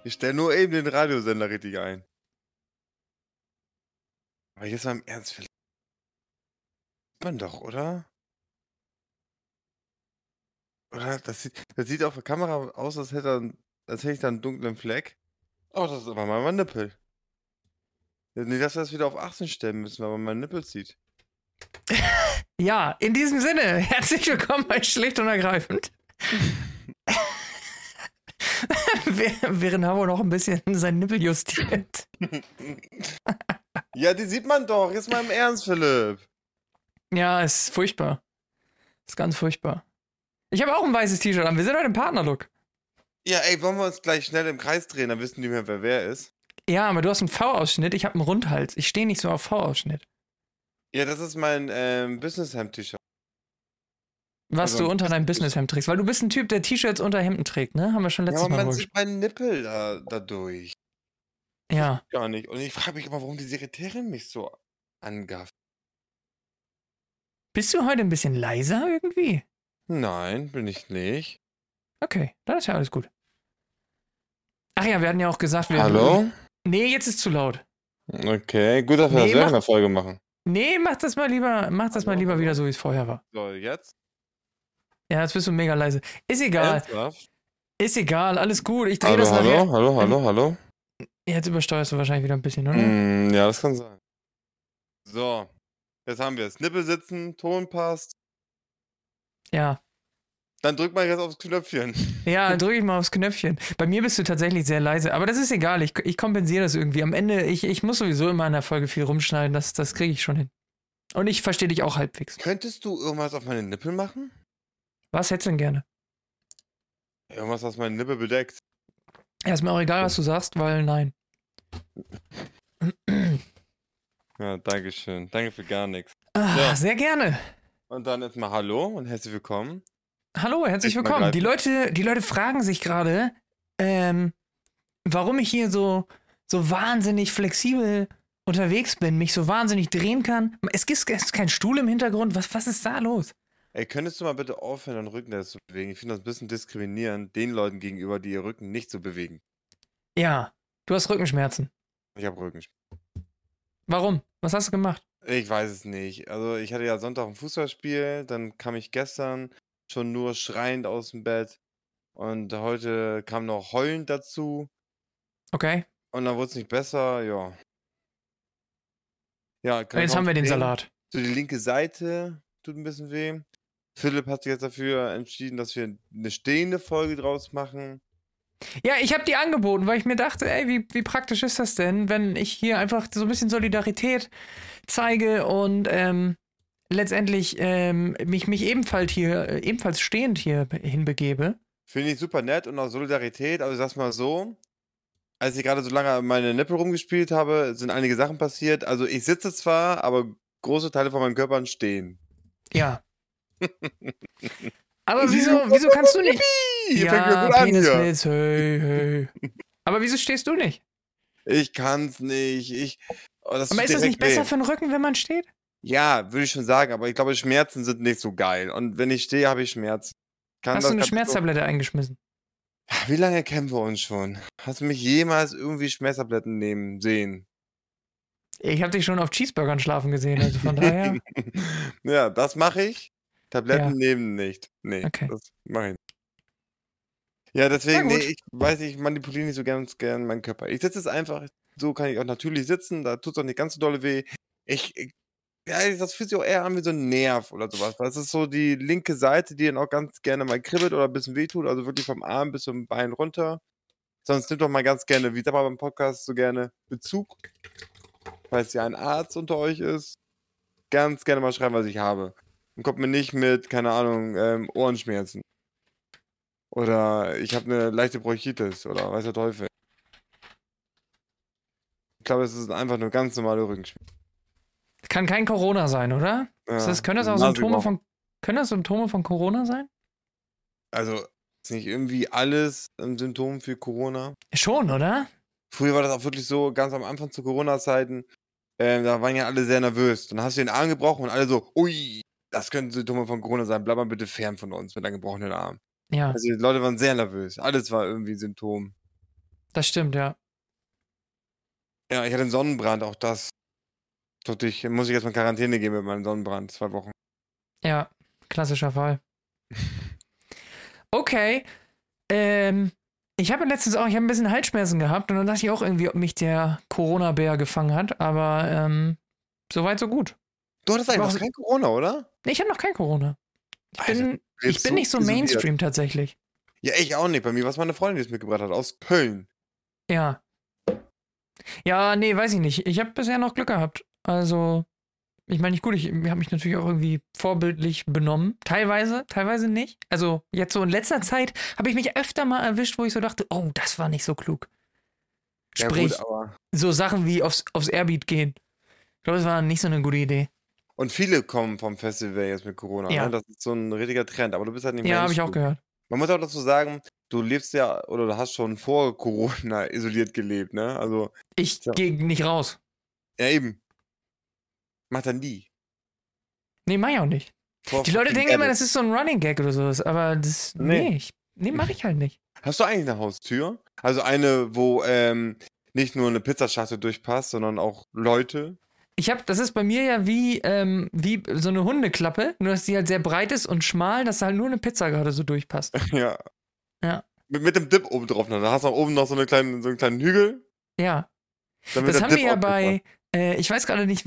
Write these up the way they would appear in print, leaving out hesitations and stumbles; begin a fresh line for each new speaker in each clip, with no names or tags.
Ich stelle nur eben den Radiosender richtig ein. Aber jetzt mal im Ernst, vielleicht sieht man doch, oder? Oder? Das sieht auf der Kamera aus, als hätte ich da einen dunklen Fleck. Oh, das ist aber mal mein Nippel. Ja, nicht, dass wir das wieder auf 18 stellen müssen, weil man meinen Nippel sieht.
Ja, in diesem Sinne, herzlich willkommen bei Schlicht und Ergreifend. Während Habo noch ein bisschen seinen Nippel justiert.
Ja, die sieht man doch. Jetzt mal im Ernst, Philipp.
Ja, ist furchtbar. Ist ganz furchtbar. Ich habe auch ein weißes T-Shirt an. Wir sind heute im Partnerlook.
Ja, ey, wollen wir uns gleich schnell im Kreis drehen, dann wissen die mehr, wer ist.
Ja, aber du hast einen V-Ausschnitt, ich habe einen Rundhals. Ich stehe nicht so auf V-Ausschnitt.
Ja, das ist mein Businesshemd-T-Shirt.
Was
Also
du
ein
unter deinem
Business-
Businesshemd trägst. Weil du bist ein Typ, der T-Shirts unter Hemden trägt, ne? Haben wir schon
Ja,
letztes
aber
Mal
man
drüber
sieht
gesprochen.
meinen Nippel dadurch.
Ja.
Gar nicht. Und ich frage mich immer, warum die Sekretärin mich so angafft.
Bist du heute ein bisschen leiser irgendwie?
Nein, bin ich nicht.
Okay, dann ist ja alles gut. Ach ja, wir hatten ja auch gesagt,
Hallo?
Nee, jetzt ist zu laut.
Okay, gut, dass wir das
Nee,
während der Folge machen.
Nee, mach das mal lieber
Hallo?
wieder so, wie es vorher war.
So, jetzt?
Ja, jetzt bist du mega leise. Ist egal.
Ernsthaft?
Ist egal, alles gut. Ich drehe
Hallo,
das nachher.
hallo.
Jetzt übersteuerst du wahrscheinlich wieder ein bisschen, oder?
Ja, das kann sein. So, jetzt haben wir es. Nippel sitzen, Ton passt.
Ja.
Dann drück mal jetzt aufs Knöpfchen.
Ja, drücke ich mal aufs Knöpfchen. Bei mir bist du tatsächlich sehr leise, aber das ist egal. Ich kompensiere das irgendwie. Am Ende, ich muss sowieso immer in der Folge viel rumschneiden. Das kriege ich schon hin. Und ich verstehe dich auch halbwegs.
Könntest du irgendwas auf meine Nippel machen?
Was hättest du denn gerne?
Irgendwas, was meine Nippel bedeckt.
Ja, ist mir auch egal, was du sagst, weil nein.
Ja, danke schön. Danke für gar nichts.
Ja. Sehr gerne.
Und dann jetzt mal Hallo und herzlich willkommen.
Hallo, herzlich willkommen. Die Leute fragen sich gerade, warum ich hier so wahnsinnig flexibel unterwegs bin, mich so wahnsinnig drehen kann. Es ist kein Stuhl im Hintergrund. Was ist da los?
Ey, könntest du mal bitte aufhören, deinen Rücken zu bewegen? Ich finde das ein bisschen diskriminierend den Leuten gegenüber, die ihr Rücken nicht so bewegen.
Ja, du hast Rückenschmerzen.
Ich habe Rückenschmerzen.
Warum? Was hast du gemacht?
Ich weiß es nicht. Also ich hatte ja Sonntag ein Fußballspiel, dann kam ich gestern schon nur schreiend aus dem Bett und heute kam noch heulend dazu
Okay.
und dann wurde es nicht besser, ja. Ja,
Und jetzt haben wir den Salat.
So die linke Seite tut ein bisschen weh. Philipp hat sich jetzt dafür entschieden, dass wir eine stehende Folge draus machen.
Ja, ich habe die angeboten, weil ich mir dachte, ey, wie praktisch ist das denn, wenn ich hier einfach so ein bisschen Solidarität zeige und letztendlich mich ebenfalls stehend hier hinbegebe.
Finde ich super nett und auch Solidarität, aber ich sag's mal so, als ich gerade so lange meine Nippel rumgespielt habe, sind einige Sachen passiert. Also ich sitze zwar, aber große Teile von meinem Körper stehen.
Ja. Aber wieso kannst du nicht?
Hier fängt mir gut an hier.
Peniswitz, hey. Aber wieso stehst du nicht?
Ich kann's nicht.
Aber ist es nicht besser für den Rücken, wenn man steht?
Ja, würde ich schon sagen, aber ich glaube, Schmerzen sind nicht so geil. Und wenn ich stehe, habe ich Schmerzen.
Hast du eine Schmerztablette eingeschmissen?
Wie lange kennen wir uns schon? Hast du mich jemals irgendwie Schmerztabletten nehmen sehen?
Ich habe dich schon auf Cheeseburgern schlafen gesehen, also von daher.
Ja, das mache ich. Tabletten nehmen nicht. Nee,
okay.
Das mache ich nicht. Ja, deswegen, ich weiß, ich manipuliere nicht so ganz gern meinen Körper. Ich sitze jetzt einfach, so kann ich auch natürlich sitzen, da tut es auch nicht ganz so dolle weh. Ja, das fühlt sich auch eher an wie so ein Nerv oder sowas. Das ist so die linke Seite, die dann auch ganz gerne mal kribbelt oder ein bisschen wehtut, also wirklich vom Arm bis zum Bein runter. Sonst nimmt doch mal ganz gerne, wie sagt man beim Podcast so gerne, Bezug. Falls ja ein Arzt unter euch ist, ganz gerne mal schreiben, was ich habe. Und kommt mir nicht mit, keine Ahnung, Ohrenschmerzen. Oder ich habe eine leichte Bronchitis oder weiß der Teufel. Ich glaube, es ist einfach nur ganz normale Rückenschmerzen.
Kann kein Corona sein, oder?
Ja,
können das auch Symptome von Corona sein? Also,
ist nicht irgendwie alles ein Symptom für Corona?
Schon, oder?
Früher war das auch wirklich so, ganz am Anfang zu Corona-Zeiten, da waren ja alle sehr nervös. Dann hast du den Arm gebrochen und alle so, ui, das könnten Symptome von Corona sein, bleib mal bitte fern von uns mit deinem gebrochenen Arm.
Ja.
Also die Leute waren sehr nervös, alles war irgendwie Symptom.
Das stimmt, ja.
Ja, ich hatte einen Sonnenbrand, auch das. Muss ich jetzt mal in Quarantäne gehen mit meinem Sonnenbrand, 2 Wochen.
Ja, klassischer Fall. Okay, ich habe letztens auch, ich habe ein bisschen Halsschmerzen gehabt und dann dachte ich auch irgendwie, ob mich der Corona-Bär gefangen hat, aber soweit so gut.
Du hattest eigentlich noch kein Corona, oder?
Nee, ich habe noch kein Corona. Ich bin nicht so
isoliert.
Mainstream tatsächlich.
Ja, ich auch nicht. Bei mir war es meine Freundin, die es mitgebracht hat, aus Köln.
Ja. Ja, nee, weiß ich nicht. Ich habe bisher noch Glück gehabt. Also, ich meine, nicht gut, ich habe mich natürlich auch irgendwie vorbildlich benommen. Teilweise nicht. Also, jetzt so in letzter Zeit habe ich mich öfter mal erwischt, wo ich so dachte, oh, das war nicht so klug. Sprich,
ja, gut, aber
so Sachen wie aufs Airbeat gehen. Ich glaube, das war nicht so eine gute Idee.
und viele kommen vom Festival jetzt mit Corona,
Ja.
ne? Das ist so ein richtiger Trend, aber du bist halt nicht
Ja, habe ich auch
Mainstream.
gehört.
Man muss auch dazu sagen, du lebst ja oder du hast schon vor Corona isoliert gelebt, ne? Also,
Ich
ja,
gehe nicht raus.
ja eben. Macht er nie.
Nee, mach ich auch nicht. Die Leute denken immer, das ist so ein Running Gag oder sowas, aber das,
Nee.
mach ich halt nicht.
Hast du eigentlich eine Haustür? Also eine, wo nicht nur eine Pizzaschachtel durchpasst, sondern auch Leute?
Das ist bei mir ja wie so eine Hundeklappe, nur dass die halt sehr breit ist und schmal, dass halt nur eine Pizza gerade so durchpasst.
Ja.
Ja.
Mit dem Dip oben drauf. Ne? Da hast du auch oben noch so einen kleinen Hügel.
Ja.
Damit
Das
der
haben
Dip
wir ja
auch
bei, ich weiß gerade nicht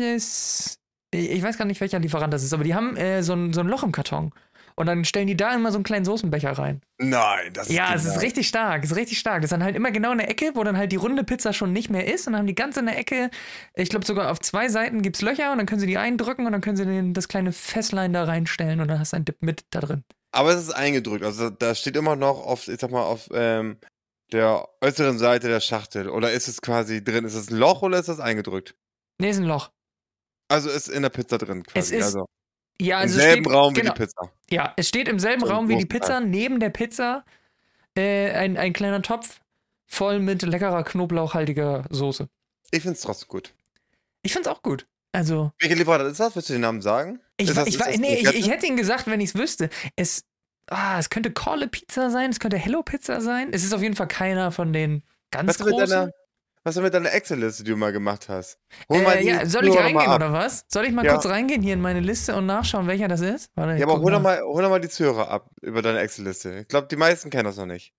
ich weiß gar nicht, welcher Lieferant das ist, aber die haben so ein Loch im Karton. Und dann stellen die da immer so einen kleinen Soßenbecher rein.
Nein, das ist
Ja, es ist
genial.
richtig stark, es ist richtig stark. Das ist dann halt immer genau in der Ecke, wo dann halt die runde Pizza schon nicht mehr ist. Und dann haben die ganz in der Ecke, ich glaube sogar auf 2 Seiten gibt's Löcher und dann können sie die eindrücken und dann können sie das kleine Fässlein da reinstellen und dann hast du einen Dip mit da drin.
Aber es ist eingedrückt. Also da steht immer noch auf, ich sag mal, auf der äußeren Seite der Schachtel. Oder ist es quasi drin? Ist es ein Loch oder ist es eingedrückt?
Nee, ist ein Loch.
Also ist in der Pizza drin quasi.
Es ist,
also
ja,
im
also
selben
steht,
Raum wie
genau,
die Pizza.
ja, es steht im selben
So im
Raum wie die
großen
Pizza, neben der Pizza ein kleiner Topf voll mit leckerer knoblauchhaltiger Soße.
Ich find's trotzdem gut.
Ich find's auch gut. Also,
Welche Lieferant ist das? Willst du den Namen sagen?
ich
Ist das eine
hätte
Kette?
ihn gesagt, wenn ich es wüsste. Es könnte Call a Pizza sein, es könnte Hello Pizza sein. Es ist auf jeden Fall keiner von den ganz großen.
Was ist mit deiner Excel-Liste, die du mal gemacht hast? Hol mal die
Ja, soll ich
Zuhörer mal
reingehen
ab.
oder was? Soll ich mal
Ja.
kurz reingehen hier in meine Liste und nachschauen, welcher das ist? Warte, ich
Ja, aber
guck
hol doch
nach.
mal die Zuhörer ab über deine Excel-Liste. Ich glaube, die meisten kennen das noch nicht.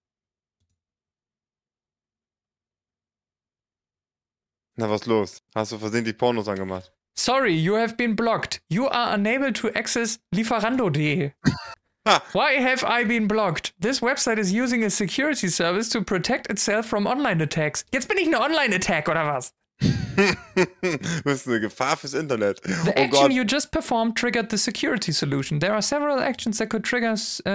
Na, was los? Hast du versehentlich Pornos angemacht?
Sorry, you have been blocked. You are unable to access Lieferando.de.
Ha!
Why have I been blocked? This website is using a security service to protect itself from online attacks. Jetzt bin ich eine Online-Attack, oder was?
Du bist eine Gefahr fürs Internet.
The
Oh
action
Gott.
you just performed triggered the security solution. There are several actions that could trigger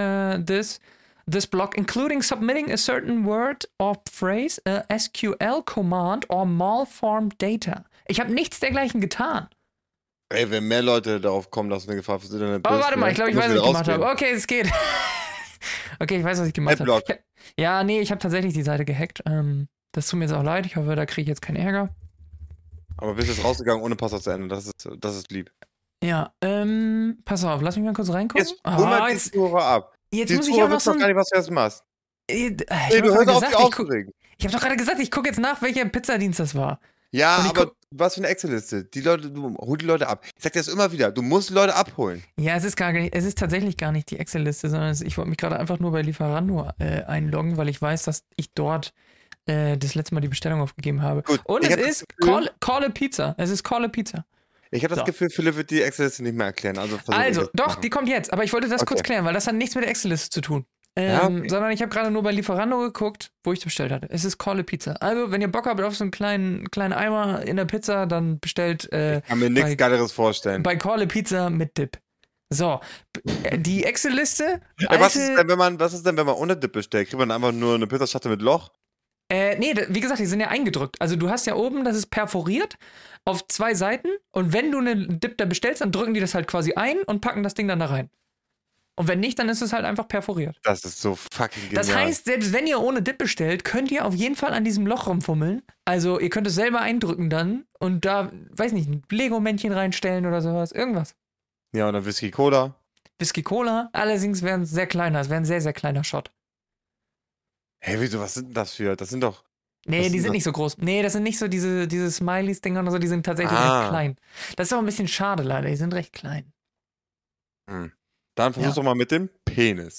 this block, including submitting a certain word or phrase, a SQL command or malformed data. Ich habe nichts dergleichen getan.
Ey, wenn mehr Leute darauf kommen, dass du eine Gefahr fürs Internet bist.
Oh, warte mal, ich glaube, ich weiß, was ich gemacht habe. Okay, es geht. Okay, ich weiß, was ich gemacht habe.
Adblock.
Ja, nee, ich habe tatsächlich die Seite gehackt. Das tut mir jetzt auch leid. Ich hoffe, da kriege ich jetzt keinen Ärger.
Aber bist jetzt rausgegangen ohne Passwort zu ändern. Das ist lieb.
Ja, pass auf, lass mich mal kurz reingucken.
Jetzt hol mal die Zuhörer ab.
Jetzt
Die
muss ich
Zuhörer
auch noch
wissen
so
doch gar nicht, was du jetzt machst.
Ich
Ey, du hörst auf, dich
ich
aufzuregen.
habe doch gerade gesagt, ich gucke jetzt nach, welcher Pizzadienst das war.
Ja,
Und ich
aber was für eine Excel-Liste. Hol die Leute ab. Ich sag dir das immer wieder. Du musst die Leute abholen.
Ja, es ist tatsächlich gar nicht die Excel-Liste, sondern ich wollte mich gerade einfach nur bei Lieferando einloggen, weil ich weiß, dass ich dort das letzte Mal die Bestellung aufgegeben habe.
Gut,
Und
ich
es
hab das
ist
Gefühl-
Call a Pizza. Es ist Call a Pizza.
Ich habe das
So.
Gefühl, Philipp wird die Excel-Liste nicht mehr erklären. Also,
Doch, die kommt jetzt. Aber ich wollte das
Okay.
kurz klären, weil das hat nichts mit der Excel-Liste zu tun.
Ja, okay.
Sondern ich habe gerade nur bei Lieferando geguckt, wo ich bestellt hatte. Es ist Call a Pizza. Also, wenn ihr Bock habt auf so einen kleinen Eimer in der Pizza, dann bestellt
Kann mir nichts Geileres vorstellen.
bei Call a Pizza mit Dip. So, die Excel-Liste.
Was ist denn, wenn man ohne Dip bestellt? Kriegt man einfach nur eine Pizzaschachtel mit Loch?
Nee, wie gesagt, die sind ja eingedrückt. Also du hast ja oben, das ist perforiert auf 2 Seiten und wenn du einen Dip da bestellst, dann drücken die das halt quasi ein und packen das Ding dann da rein. Und wenn nicht, dann ist es halt einfach perforiert.
Das ist so fucking genial.
Das heißt, selbst wenn ihr ohne Dip bestellt, könnt ihr auf jeden Fall an diesem Loch rumfummeln. Also ihr könnt es selber eindrücken dann und da, weiß nicht, ein Lego-Männchen reinstellen oder sowas. Irgendwas.
Ja, und dann Whisky Cola.
Whisky Cola. Allerdings wäre ein sehr kleiner, es wäre ein sehr, sehr kleiner Shot.
Hey, wieso, was sind denn das für? Das sind doch.
Nee,
Was
die
sind
sind
das?
nicht so groß. Nee, das sind nicht so diese Smileys-Dinger oder so, die sind tatsächlich recht
Ah.
klein. Das ist aber ein bisschen schade leider, die sind recht klein.
Dann versuch's
Ja.
doch mal mit dem Penis.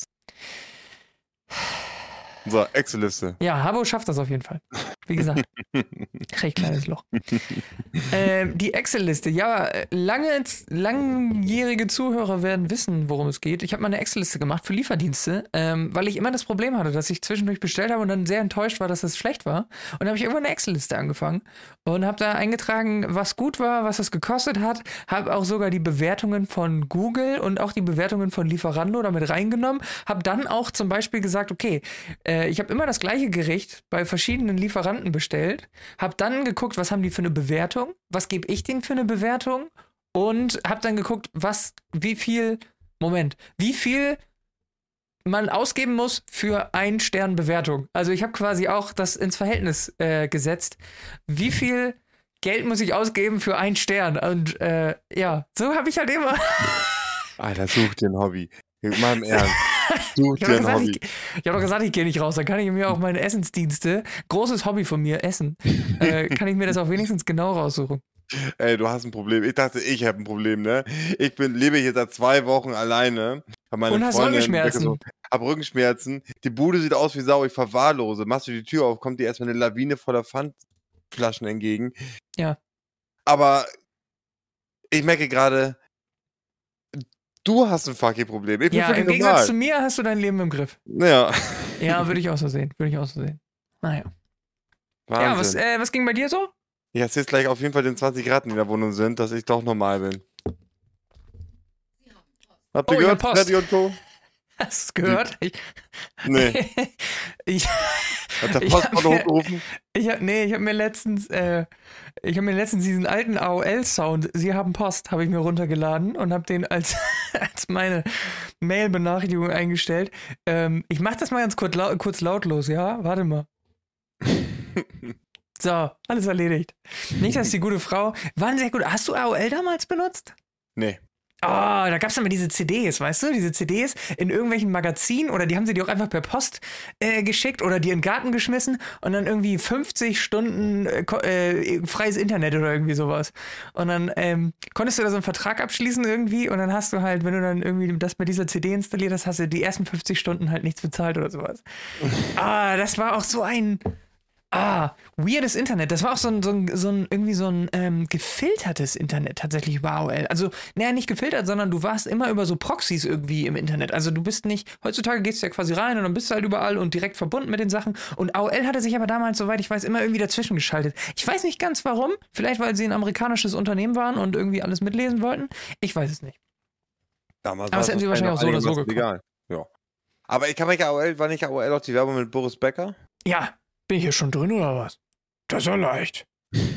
So, Excel-Liste.
Ja, Habbo schafft das auf jeden Fall. Wie gesagt, recht kleines Loch. Die Excel-Liste. Ja, langjährige Zuhörer werden wissen, worum es geht. Ich habe mal eine Excel-Liste gemacht für Lieferdienste, weil ich immer das Problem hatte, dass ich zwischendurch bestellt habe und dann sehr enttäuscht war, dass das schlecht war. Und dann habe ich irgendwann eine Excel-Liste angefangen und habe da eingetragen, was gut war, was es gekostet hat. Habe auch sogar die Bewertungen von Google und auch die Bewertungen von Lieferando damit reingenommen. Habe dann auch zum Beispiel gesagt, okay, ich habe immer das gleiche Gericht bei verschiedenen Lieferanten bestellt, habe dann geguckt, was haben die für eine Bewertung, was gebe ich denen für eine Bewertung und habe dann geguckt, wie viel man ausgeben muss für 1 Stern Bewertung. Also ich habe quasi auch das ins Verhältnis gesetzt. Wie viel Geld muss ich ausgeben für 1 Stern? Und ja, so habe ich halt immer.
Alter, such dir ein Hobby. Mal im Ernst. Such dir ein Hobby.
Ich habe doch gesagt, ich gehe nicht raus. Dann kann ich mir auch meine Essensdienste, großes Hobby von mir, Essen, kann ich mir das auch wenigstens genau raussuchen.
Ey, du hast ein Problem. Ich dachte, ich habe ein Problem, ne? Lebe hier seit 2 Wochen alleine.
Und hast Rückenschmerzen.
Hab Rückenschmerzen. Die Bude sieht aus wie Sau. Ich verwahrlose. Machst du die Tür auf, kommt dir erstmal eine Lawine voller Pfandflaschen entgegen.
Ja.
Aber ich merke gerade, du hast ein fucking Problem. Ich bin
Ja,
völlig
im Gegensatz
normal.
zu mir hast du dein Leben im Griff.
Ja.
Ja, würde ich auch so sehen. Naja.
Wahnsinn.
Ja, was ging bei dir so?
Ich erzähl's gleich auf jeden Fall den 20 Grad in der Wohnung sind, dass ich doch normal bin. Habt ihr gehört, Freddy und Co.?
Hast du es gehört?
Nee. Hat der Postmann hochgerufen?
Ich habe mir letztens diesen alten AOL-Sound, Sie haben Post, habe ich mir runtergeladen und habe den als meine Mail-Benachrichtigung eingestellt. Ich mache das mal ganz kurz lautlos, ja? Warte mal. So, alles erledigt. Nicht, dass die gute Frau. Waren sehr gut. Hast du AOL damals benutzt?
Nee.
Oh, da gab es immer diese CDs, weißt du? Diese CDs in irgendwelchen Magazinen oder die haben sie dir auch einfach per Post geschickt oder dir in den Garten geschmissen und dann irgendwie 50 Stunden freies Internet oder irgendwie sowas. Und dann konntest du da so einen Vertrag abschließen irgendwie und dann hast du halt, wenn du dann irgendwie das bei dieser CD installiert hast, hast du die ersten 50 Stunden halt nichts bezahlt oder sowas. Das war auch so ein weirdes Internet. Das war auch so ein gefiltertes Internet tatsächlich über AOL. Also, naja, nicht gefiltert, sondern du warst immer über so Proxys irgendwie im Internet. Also du bist nicht, heutzutage gehst du ja quasi rein und dann bist du halt überall und direkt verbunden mit den Sachen. Und AOL hatte sich aber damals, soweit ich weiß, immer irgendwie dazwischen geschaltet. Ich weiß nicht ganz warum. Vielleicht, weil sie ein amerikanisches Unternehmen waren und irgendwie alles mitlesen wollten. Ich weiß es nicht.
Damals
aber das hätten sie wahrscheinlich auch so oder so geguckt.
Egal. Ja. Aber war nicht AOL auch die Werbung mit Boris Becker?
Ja. Bin ich hier schon drin oder was? Das ist ja leicht.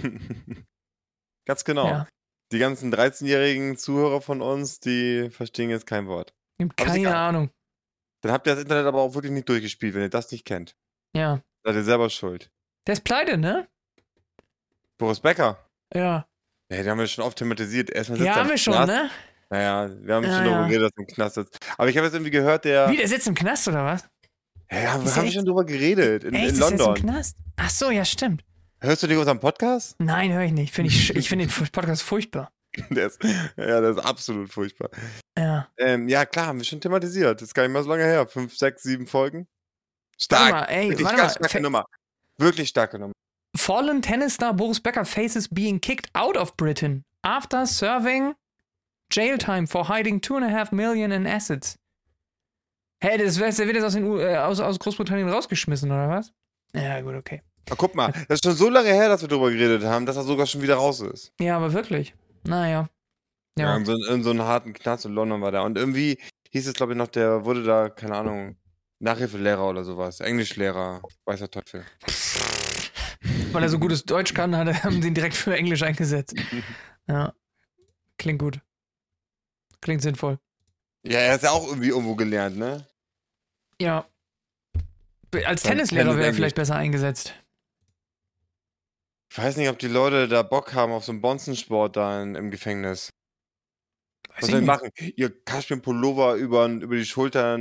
Ganz genau. Ja. Die ganzen 13-jährigen Zuhörer von uns, die verstehen jetzt kein Wort.
Ich hab keine Ahnung.
Dann habt ihr das Internet aber auch wirklich nicht durchgespielt, wenn ihr das nicht kennt.
Ja.
Seid ihr selber schuld.
Der ist pleite, ne?
Boris Becker?
Ja.
Ja, den haben wir schon oft thematisiert. Erstmal
ja, haben wir schon, ne?
Naja, wir haben schon darüber geredet, dass er im Knast sitzt. Aber ich habe jetzt irgendwie gehört, der
sitzt im Knast, oder was?
Ja, wir haben schon drüber geredet. In London.
Ist im Knast? Ach so, ja, stimmt.
Hörst du nicht unseren Podcast?
Nein, höre ich nicht. Ich finde den Podcast furchtbar.
Der ist absolut furchtbar.
Ja.
Ja, klar, haben wir schon thematisiert. Das ist gar nicht mal so lange her. 5, 6, 7 Folgen. Stark. Starke Nummer. Wirklich starke Nummer.
Fallen Tennisstar Boris Becker faces being kicked out of Britain after serving jail time for hiding 2.5 million in assets. Hey, der wird jetzt aus Großbritannien rausgeschmissen, oder was? Ja, gut, okay.
Aber guck mal, das ist schon so lange her, dass wir drüber geredet haben, dass er sogar schon wieder raus ist.
Ja, aber wirklich. Naja.
Ja, in so einem harten Knast in London war der. Und irgendwie hieß es, glaube ich, noch, der wurde da, keine Ahnung, Nachhilfelehrer oder sowas. Englischlehrer, weißer Teufel.
Weil er so gutes Deutsch kann, haben sie ihn direkt für Englisch eingesetzt. Ja. Klingt gut. Klingt sinnvoll.
Ja, er ist ja auch irgendwie irgendwo gelernt, ne?
Ja. Als Tennislehrer wäre er vielleicht besser eingesetzt.
Ich weiß nicht, ob die Leute da Bock haben auf so einen Bonzensport da im Gefängnis. Was sollen die machen? Ihr Kaschmir-Pullover über die Schultern,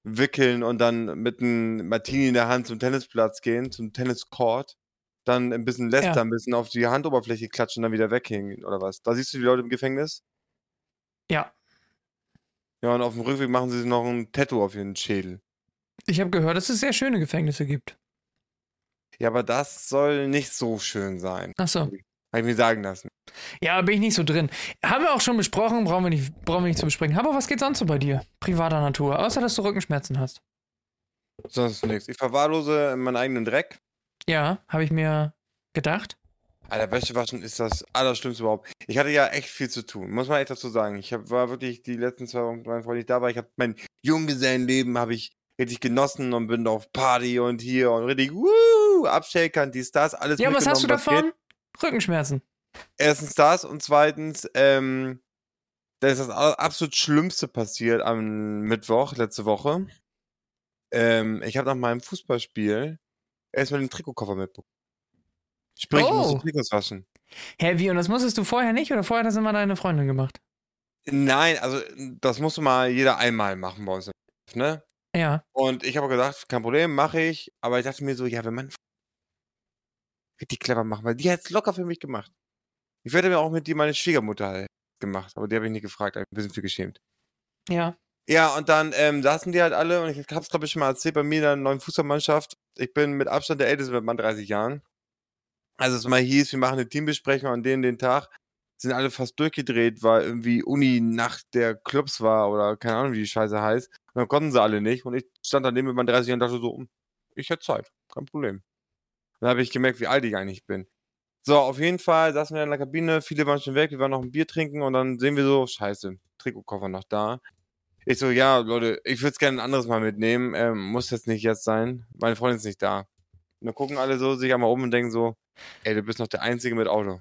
wickeln und dann mit einem Martini in der Hand zum Tennisplatz gehen, zum Tenniscourt, dann ein bisschen lästern, ein bisschen auf die Handoberfläche klatschen und dann wieder weghängen oder was? Da siehst du die Leute im Gefängnis?
Ja.
Ja, und auf dem Rückweg machen sie sich noch ein Tattoo auf ihren Schädel.
Ich habe gehört, dass es sehr schöne Gefängnisse gibt.
Ja, aber das soll nicht so schön sein.
Ach so.
Habe ich mir sagen lassen.
Ja, bin ich nicht so drin. Haben wir auch schon besprochen, brauchen wir nicht zu besprechen. Aber was geht sonst so bei dir? Privater Natur, außer dass du Rückenschmerzen hast.
Sonst nichts. Ich verwahrlose meinen eigenen Dreck.
Ja, habe ich mir gedacht.
Alter, Wäsche waschen ist das Allerschlimmste überhaupt. Ich hatte ja echt viel zu tun, muss man echt dazu sagen. War wirklich die letzten 2 Wochen, bevor ich da war. Ich habe mein Junggesellenleben richtig genossen und bin auf Party und hier und richtig abshakern, dies, das, alles
Ja, was hast du davon?
geht.
Rückenschmerzen.
Erstens das und zweitens, da ist das absolut Schlimmste passiert am Mittwoch, letzte Woche. Ich habe nach meinem Fußballspiel erstmal den Trikotkoffer mitbekommen. Sprich, ich musste Trikots waschen.
Hä, wie? Und das musstest du vorher nicht? Oder vorher hat das immer deine Freundin gemacht?
Nein, also das musste mal jeder einmal machen bei uns, ne?
Ja.
Und ich habe gedacht, kein Problem, mache ich. Aber ich dachte mir so, ja, wenn man richtig clever machen, weil die hat es locker für mich gemacht. Ich werde mir auch mit dir meine Schwiegermutter halt gemacht, aber die habe ich nicht gefragt, ich bin ein bisschen viel geschämt.
Ja.
Ja, und dann saßen die halt alle und ich habe es, glaube ich, schon mal erzählt, bei mir in der neuen Fußballmannschaft. Ich bin mit Abstand der Älteste mit meinen 30 Jahren. Also es mal hieß, wir machen eine Teambesprechung an den Tag, sind alle fast durchgedreht, weil irgendwie Uni-Nacht der Clubs war oder keine Ahnung, wie die Scheiße heißt. Und dann konnten sie alle nicht und ich stand daneben mit meinen 30 Jahren und dachte so, ich hätte Zeit, kein Problem. Dann habe ich gemerkt, wie alt ich eigentlich bin. So, auf jeden Fall saßen wir in der Kabine, viele waren schon weg, wir waren noch ein Bier trinken und dann sehen wir so, scheiße, Trikotkoffer noch da. Ich so, ja, Leute, ich würde es gerne ein anderes Mal mitnehmen, muss jetzt nicht jetzt sein, meine Freundin ist nicht da. Und dann gucken alle so sich einmal um und denken so, ey, du bist noch der Einzige mit Auto.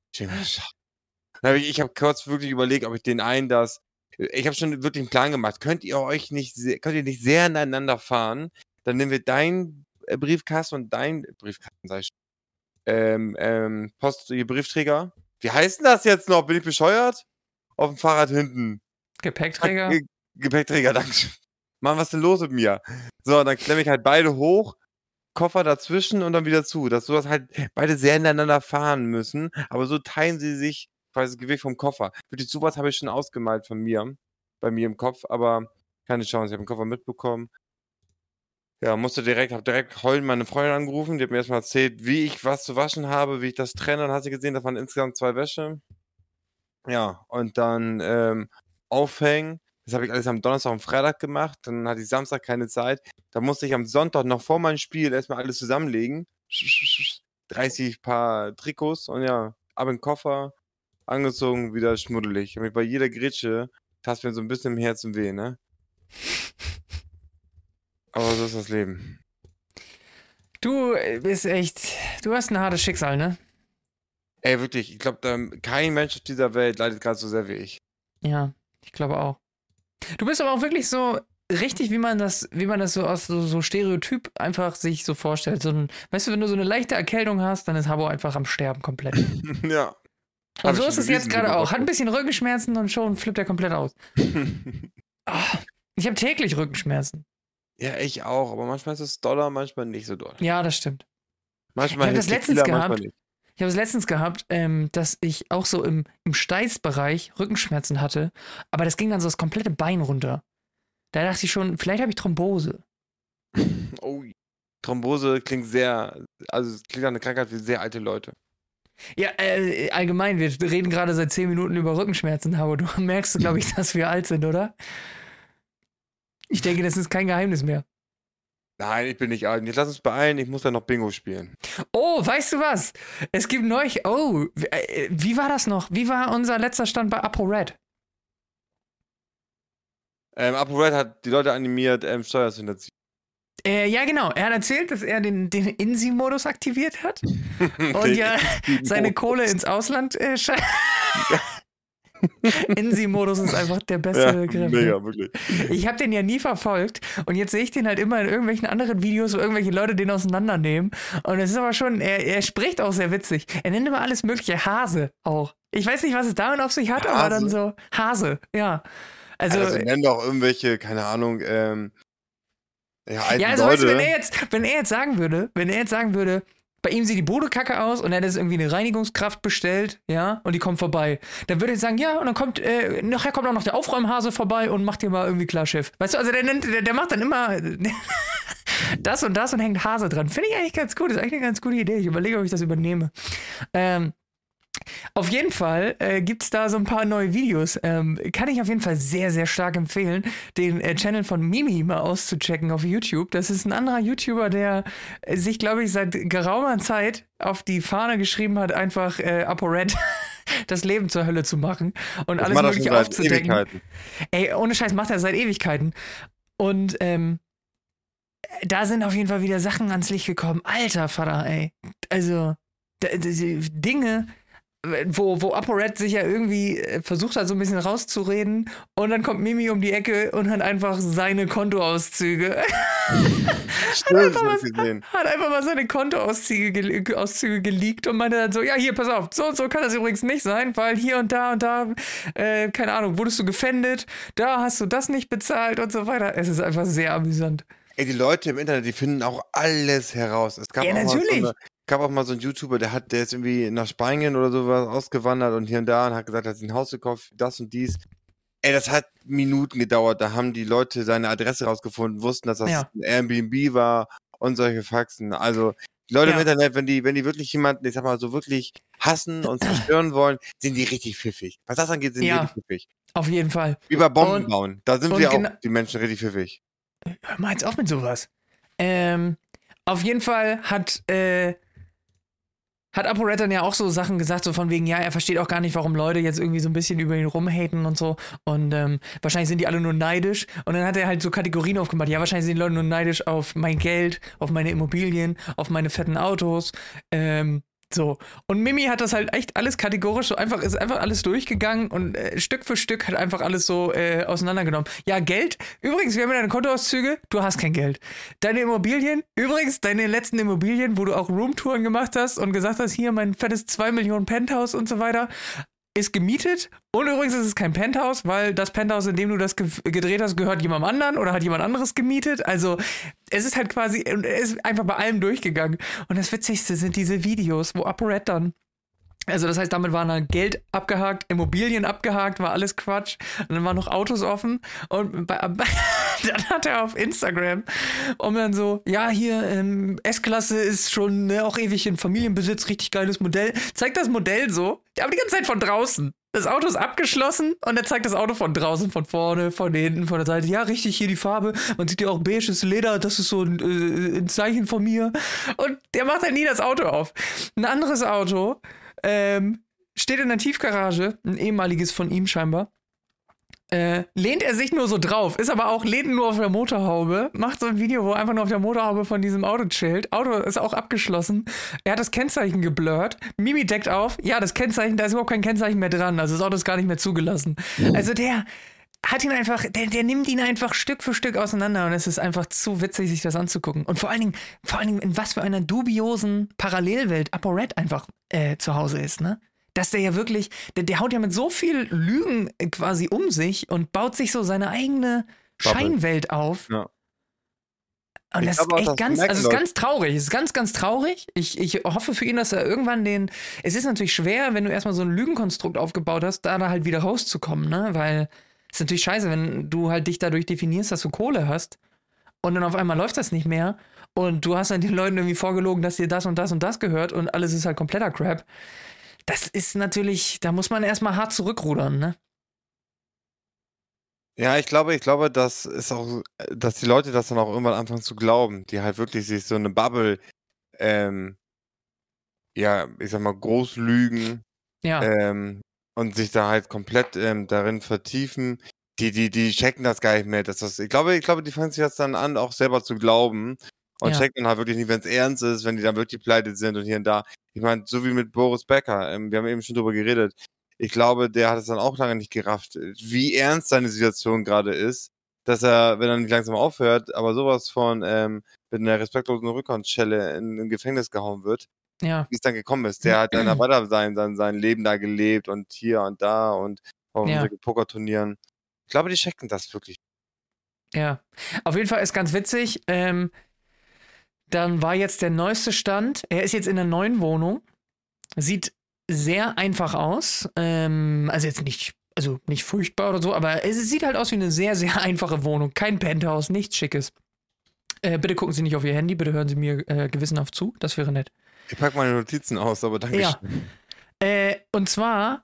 Ich habe kurz wirklich überlegt, ob ich den einen ich habe schon wirklich einen Plan gemacht. Könnt ihr nicht sehr aneinander fahren? Dann nehmen wir deinen Briefkasten und deinen Briefkasten, sag ich schon. Briefträger. Wie heißt denn das jetzt noch? Bin ich bescheuert? Auf dem Fahrrad hinten.
Gepäckträger?
Gepäckträger, danke. Mann, was ist denn los mit mir? So, dann klemme ich halt beide hoch, Koffer dazwischen und dann wieder zu. Dass halt beide sehr ineinander fahren müssen, aber so teilen sie sich quasi das Gewicht vom Koffer. Wirklich, sowas habe ich schon ausgemalt bei mir im Kopf, aber keine Chance. Ich habe den Koffer mitbekommen. Ja, hab direkt heulend meine Freundin angerufen. Die hat mir erstmal erzählt, wie ich was zu waschen habe, wie ich das trenne. Dann hat sie gesehen, das waren insgesamt 2 Wäsche. Ja, und dann aufhängen. Das habe ich alles am Donnerstag und Freitag gemacht. Dann hatte ich Samstag keine Zeit. Da musste ich am Sonntag noch vor meinem Spiel erstmal alles zusammenlegen. 30 Paar Trikots und ja, ab in den Koffer, angezogen, wieder schmuddelig. Und bei jeder Grätsche tat mir so ein bisschen im Herzen weh, ne? Aber so ist das Leben.
Du hast ein hartes Schicksal, ne?
Ey, wirklich, ich glaube, kein Mensch auf dieser Welt leidet gerade so sehr wie ich.
Ja, ich glaube auch. Du bist aber auch wirklich so richtig, wie man das so aus so Stereotyp einfach sich so vorstellt. Weißt du, wenn du so eine leichte Erkältung hast, dann ist Habbo einfach am Sterben komplett.
Ja.
Und so ist es jetzt gerade auch. Hat ein bisschen Rückenschmerzen und schon flippt er komplett aus. Ich habe täglich Rückenschmerzen.
Ja, ich auch, aber manchmal ist es doller, manchmal nicht so doll.
Ja, das stimmt.
Manchmal
ich habe das letztens gehabt.
Nicht.
Ich habe es letztens gehabt, dass ich auch so im Steißbereich Rückenschmerzen hatte, aber das ging dann so das komplette Bein runter. Da dachte ich schon, vielleicht habe ich Thrombose.
Oh, Thrombose klingt klingt nach einer Krankheit für sehr alte Leute.
Ja, allgemein, wir reden gerade seit 10 Minuten über Rückenschmerzen, aber du merkst, glaube ich, dass wir alt sind, oder? Ich denke, das ist kein Geheimnis mehr.
Nein, ich bin nicht alt. Jetzt lass uns beeilen, ich muss ja noch Bingo spielen.
Oh, weißt du was? Es gibt wie war das noch? Wie war unser letzter Stand bei ApoRed?
ApoRed hat die Leute animiert, Steuern zu hinterziehen.
Ja, genau. Er hat erzählt, dass er den INSI-Modus aktiviert hat und ja seine Kohle ins Ausland INSI-Modus ist einfach der beste Griff.
Mega, wirklich.
Ich habe den ja nie verfolgt und jetzt sehe ich den halt immer in irgendwelchen anderen Videos, wo irgendwelche Leute den auseinandernehmen. Und es ist aber schon, er spricht auch sehr witzig. Er nennt immer alles mögliche Hase auch. Ich weiß nicht, was es damit auf sich hat, aber dann so Hase, ja. Also
nennen doch irgendwelche, keine Ahnung, Ja, alte
Ja, also weißt du,
Leute.
wenn er jetzt sagen würde, bei ihm sieht die Bude kacke aus und er hat jetzt irgendwie eine Reinigungskraft bestellt, ja, und die kommt vorbei. Dann würde er sagen, ja, und dann nachher kommt auch noch der Aufräumhase vorbei und macht dir mal irgendwie klar Schiff. Weißt du, also der macht dann immer das und hängt Hase dran. Finde ich eigentlich ganz gut, ist eigentlich eine ganz gute Idee. Ich überlege, ob ich das übernehme. Auf jeden Fall gibt es da so ein paar neue Videos. Kann ich auf jeden Fall sehr, sehr stark empfehlen, den Channel von Mimi mal auszuchecken auf YouTube. Das ist ein anderer YouTuber, der sich, glaube ich, seit geraumer Zeit auf die Fahne geschrieben hat, einfach ApoRed das Leben zur Hölle zu machen und
Das
alles
macht er
Mögliche
schon seit
aufzudecken.
Ewigkeiten.
Ey, ohne Scheiß macht er seit Ewigkeiten. Und da sind auf jeden Fall wieder Sachen ans Licht gekommen. Alter Vater, ey. Also, Dinge, wo ApoRed sich ja irgendwie versucht hat, so ein bisschen rauszureden und dann kommt Mimi um die Ecke und hat einfach seine Kontoauszüge.
Stimmt, das hab ich gesehen.
Hat einfach mal seine Kontoauszüge geleakt und meinte dann so, ja, hier, pass auf, so und so kann das übrigens nicht sein, weil hier und da, keine Ahnung, wurdest du gefändet, da hast du das nicht bezahlt und so weiter. Es ist einfach sehr amüsant.
Ey, die Leute im Internet, die finden auch alles heraus. Es gab
Ja,
auch mal
natürlich.
so einen YouTuber, der ist irgendwie nach Spanien oder sowas ausgewandert und hier und da und hat gesagt, er hat sich ein Haus gekauft, das und dies. Ey, das hat Minuten gedauert. Da haben die Leute seine Adresse rausgefunden, wussten, dass das
Ja.
ein Airbnb war und solche Faxen. Also, die Leute im
Ja.
Internet, wenn die wirklich jemanden, ich sag mal, so wirklich hassen und zerstören wollen, sind die richtig pfiffig. Was das angeht, sind die
Ja.
richtig pfiffig.
Auf jeden Fall.
Wie bei Bomben
Und-
bauen. Da sind
und
wir auch,
gena-
die Menschen, richtig pfiffig.
Hör mal jetzt auf mit sowas. Auf jeden Fall hat ApoRed dann ja auch so Sachen gesagt, so von wegen, ja, er versteht auch gar nicht, warum Leute jetzt irgendwie so ein bisschen über ihn rumhaten und so. Und wahrscheinlich sind die alle nur neidisch. Und dann hat er halt so Kategorien aufgemacht. Ja, wahrscheinlich sind die Leute nur neidisch auf mein Geld, auf meine Immobilien, auf meine fetten Autos. So. Und Mimi hat das halt echt alles kategorisch ist einfach alles durchgegangen und Stück für Stück hat einfach alles so auseinandergenommen. Ja, Geld. Übrigens, wir haben ja deine Kontoauszüge. Du hast kein Geld. Deine Immobilien. Übrigens, deine letzten Immobilien, wo du auch Roomtouren gemacht hast und gesagt hast, hier mein fettes 2 Millionen Penthouse und so weiter, ist gemietet. Und übrigens ist es kein Penthouse, weil das Penthouse, in dem du das gedreht hast, gehört jemandem anderen oder hat jemand anderes gemietet. Also es ist halt quasi, er ist einfach bei allem durchgegangen. Und das Witzigste sind diese Videos, wo ApoRed dann, also das heißt, damit waren dann Geld abgehakt, Immobilien abgehakt, war alles Quatsch. Und dann waren noch Autos offen. Und dann hat er auf Instagram und dann so, ja, hier, S-Klasse ist schon auch ewig in Familienbesitz, richtig geiles Modell. Zeigt das Modell so, aber die ganze Zeit von draußen. Das Auto ist abgeschlossen und er zeigt das Auto von draußen, von vorne, von hinten, von der Seite. Ja, richtig, hier die Farbe. Man sieht ja auch beiges Leder, das ist so ein Zeichen von mir. Und der macht halt nie das Auto auf. Ein anderes Auto steht in der Tiefgarage, ein ehemaliges von ihm scheinbar. Lehnt er sich nur so drauf, ist aber auch lehnt nur auf der Motorhaube, macht so ein Video, wo er einfach nur auf der Motorhaube von diesem Auto chillt. Auto ist auch abgeschlossen. Er hat das Kennzeichen geblurrt. Mimi deckt auf. Ja, das Kennzeichen, da ist überhaupt kein Kennzeichen mehr dran. Also das Auto ist gar nicht mehr zugelassen. Also der hat ihn einfach, der nimmt ihn einfach Stück für Stück auseinander und es ist einfach zu witzig, sich das anzugucken. Und vor allen Dingen in was für einer dubiosen Parallelwelt ApoRed einfach zu Hause ist, ne? Dass der ja wirklich, der haut ja mit so viel Lügen quasi um sich und baut sich so seine eigene
Bubble.
Scheinwelt auf.
Ja.
Und
Ich
das
glaube
ist
auch,
echt
das
ganz,
merken
also es ist
Leute.
ganz traurig. Es ist ganz, ganz traurig. Ich hoffe für ihn, dass er irgendwann es ist natürlich schwer, wenn du erstmal so ein Lügenkonstrukt aufgebaut hast, da halt wieder rauszukommen, ne? Weil es ist natürlich scheiße, wenn du halt dich dadurch definierst, dass du Kohle hast und dann auf einmal läuft das nicht mehr und du hast dann den Leuten irgendwie vorgelogen, dass dir das und das und das gehört und alles ist halt kompletter Crap. Das ist natürlich, da muss man erstmal hart zurückrudern, ne?
Ja, ich glaube, das ist auch, dass die Leute das dann auch irgendwann anfangen zu glauben, die halt wirklich sich so eine Bubble, ja, ich sag mal, groß lügen,
Ja,
und sich da halt komplett darin vertiefen. Die checken das gar nicht mehr. Ich glaube, die fangen sich jetzt dann an, auch selber zu glauben und
ja,
checken dann halt wirklich nicht, wenn es ernst ist, wenn die dann wirklich pleite sind und hier und da. Ich meine, so wie mit Boris Becker, wir haben eben schon drüber geredet. Ich glaube, der hat es dann auch lange nicht gerafft, wie ernst seine Situation gerade ist, dass er, wenn er nicht langsam aufhört, aber sowas von mit einer respektlosen Rückhandschelle in Gefängnis gehauen wird,
ja,
wie es dann gekommen ist. Der hat dann weiter sein Leben da gelebt und hier und da und auf
ja.
irgendwelchen Pokerturnieren. Ich glaube, die checken das wirklich.
Ja. Auf jeden Fall ist ganz witzig, dann war jetzt der neueste Stand, er ist jetzt in der neuen Wohnung, sieht sehr einfach aus, also jetzt nicht furchtbar oder so, aber es sieht halt aus wie eine sehr, sehr einfache Wohnung, kein Penthouse, nichts Schickes. Bitte gucken Sie nicht auf Ihr Handy, bitte hören Sie mir gewissenhaft zu, das wäre nett.
Ich pack meine Notizen aus, aber danke schön.
Und zwar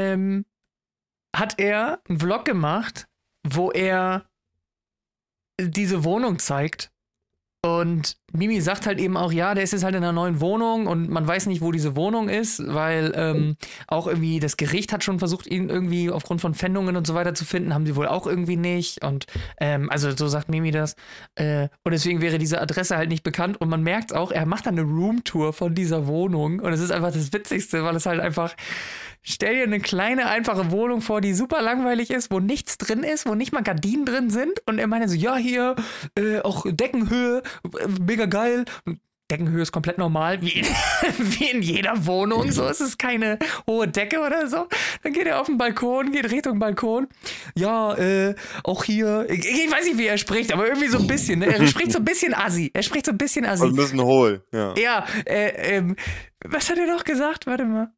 hat er einen Vlog gemacht, wo er diese Wohnung zeigt. Und Mimi sagt halt eben auch, ja, der ist jetzt halt in einer neuen Wohnung und man weiß nicht, wo diese Wohnung ist, weil auch irgendwie das Gericht hat schon versucht, ihn irgendwie aufgrund von Pfändungen und so weiter zu finden, haben sie wohl auch irgendwie nicht. Und also so sagt Mimi das. Und deswegen wäre diese Adresse halt nicht bekannt. Und man merkt auch, er macht dann eine Roomtour von dieser Wohnung. Und es ist einfach das Witzigste, weil es halt einfach, stell dir eine kleine, einfache Wohnung vor, die super langweilig ist, wo nichts drin ist, wo nicht mal Gardinen drin sind. Und er meinte so, ja, hier, auch Deckenhöhe, mega geil. Deckenhöhe ist komplett normal, wie in jeder Wohnung. So, es ist keine hohe Decke oder so. Dann geht er auf den Balkon, geht Richtung Balkon. Ja, auch hier. Ich weiß nicht, wie er spricht, aber irgendwie so ein bisschen. Ne? Er spricht so ein bisschen assi.
Also ein bisschen hohl, ja.
Ja, was hat er noch gesagt? Warte mal.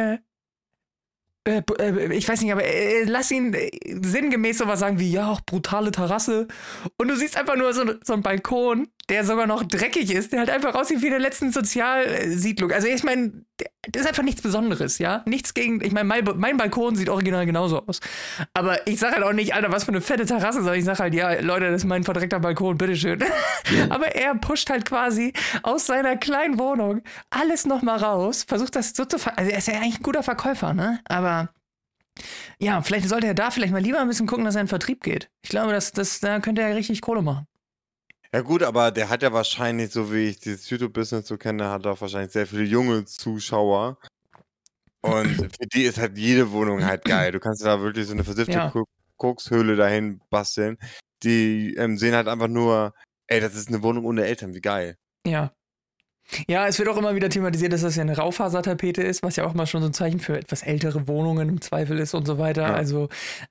Ich weiß nicht, aber lass ihn sinngemäß sowas sagen wie, ja, auch brutale Terrasse. Und du siehst einfach nur so einen Balkon, der sogar noch dreckig ist, der halt einfach aussieht wie in der letzten Sozialsiedlung. Also ich meine, das ist einfach nichts Besonderes, ja? Nichts gegen, ich meine, mein Balkon sieht original genauso aus. Aber ich sag halt auch nicht, Alter, was für eine fette Terrasse, sondern ich sag halt, ja, Leute, das ist mein verdreckter Balkon, bitteschön. Aber er pusht halt quasi aus seiner kleinen Wohnung alles nochmal raus, versucht das so zu also er ist ja eigentlich ein guter Verkäufer, ne? Aber ja, vielleicht sollte er da vielleicht mal lieber ein bisschen gucken, dass er in den Vertrieb geht. Ich glaube, da könnte er richtig Kohle machen.
Ja gut, aber der hat ja wahrscheinlich, so wie ich dieses YouTube-Business so kenne, hat auch wahrscheinlich sehr viele junge Zuschauer. Und für die ist halt jede Wohnung halt geil. Du kannst da wirklich so eine versiffte Kokshöhle dahin basteln. Die sehen halt einfach nur, ey, das ist eine Wohnung ohne Eltern, wie geil.
Ja. Ja, es wird auch immer wieder thematisiert, dass das ja eine Raufasertapete ist, was ja auch mal schon so ein Zeichen für etwas ältere Wohnungen im Zweifel ist und so weiter. Ja. Also,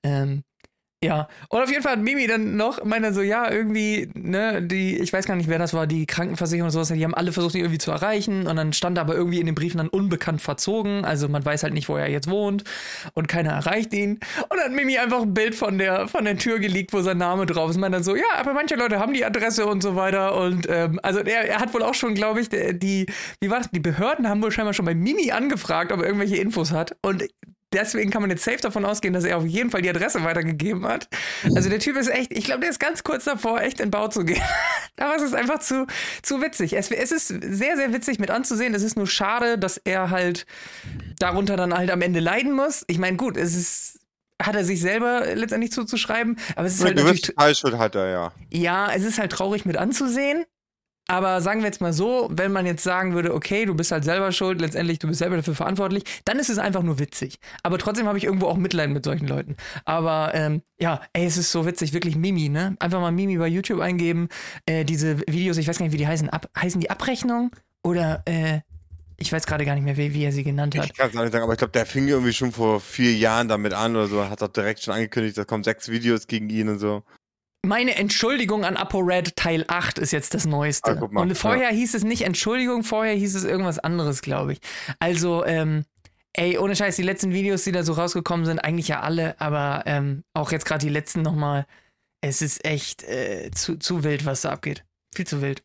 ja, und auf jeden Fall hat Mimi dann noch, meinte so, ja, irgendwie, ne, ich weiß gar nicht, wer das war, die Krankenversicherung und sowas, die haben alle versucht, ihn irgendwie zu erreichen und dann stand aber irgendwie in den Briefen dann unbekannt verzogen, also man weiß halt nicht, wo er jetzt wohnt und keiner erreicht ihn und dann hat Mimi einfach ein Bild von der Tür geleakt, wo sein Name drauf ist und meinte dann so, ja, aber manche Leute haben die Adresse und so weiter und also er hat wohl auch schon, glaube ich, wie war das, die Behörden haben wohl scheinbar schon bei Mimi angefragt, ob er irgendwelche Infos hat und deswegen kann man jetzt safe davon ausgehen, dass er auf jeden Fall die Adresse weitergegeben hat. Also der Typ ist echt, ich glaube, der ist ganz kurz davor, echt in Bau zu gehen. Aber es ist einfach zu witzig. Es ist sehr, sehr witzig mit anzusehen. Es ist nur schade, dass er halt darunter dann halt am Ende leiden muss. Ich meine, gut, hat er sich selber letztendlich zuzuschreiben, aber es ist halt natürlich...
Teilschuld hat er, ja.
Ja, es ist halt traurig mit anzusehen. Aber sagen wir jetzt mal so, wenn man jetzt sagen würde, okay, du bist halt selber schuld, letztendlich, du bist selber dafür verantwortlich, dann ist es einfach nur witzig. Aber trotzdem habe ich irgendwo auch Mitleid mit solchen Leuten. Aber ja, ey, es ist so witzig, wirklich Mimi, ne? Einfach mal Mimi bei YouTube eingeben. Diese Videos, ich weiß gar nicht, wie die heißen. Heißen die Abrechnung? Oder, ich weiß gerade gar nicht mehr, wie er sie genannt hat.
Ich kann es auch nicht sagen, aber ich glaube, der fing irgendwie schon vor 4 Jahren damit an oder so. Hat doch direkt schon angekündigt, da kommen 6 Videos gegen ihn und so.
Meine Entschuldigung an ApoRed Teil 8 ist jetzt das Neueste.
Guck mal,
und vorher hieß es nicht Entschuldigung, vorher hieß es irgendwas anderes, glaube ich. Also, ey, ohne Scheiß, die letzten Videos, die da so rausgekommen sind, eigentlich ja alle, aber auch jetzt gerade die letzten nochmal, es ist echt zu wild, was da abgeht. Viel zu wild.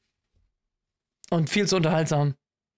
Und viel zu unterhaltsam.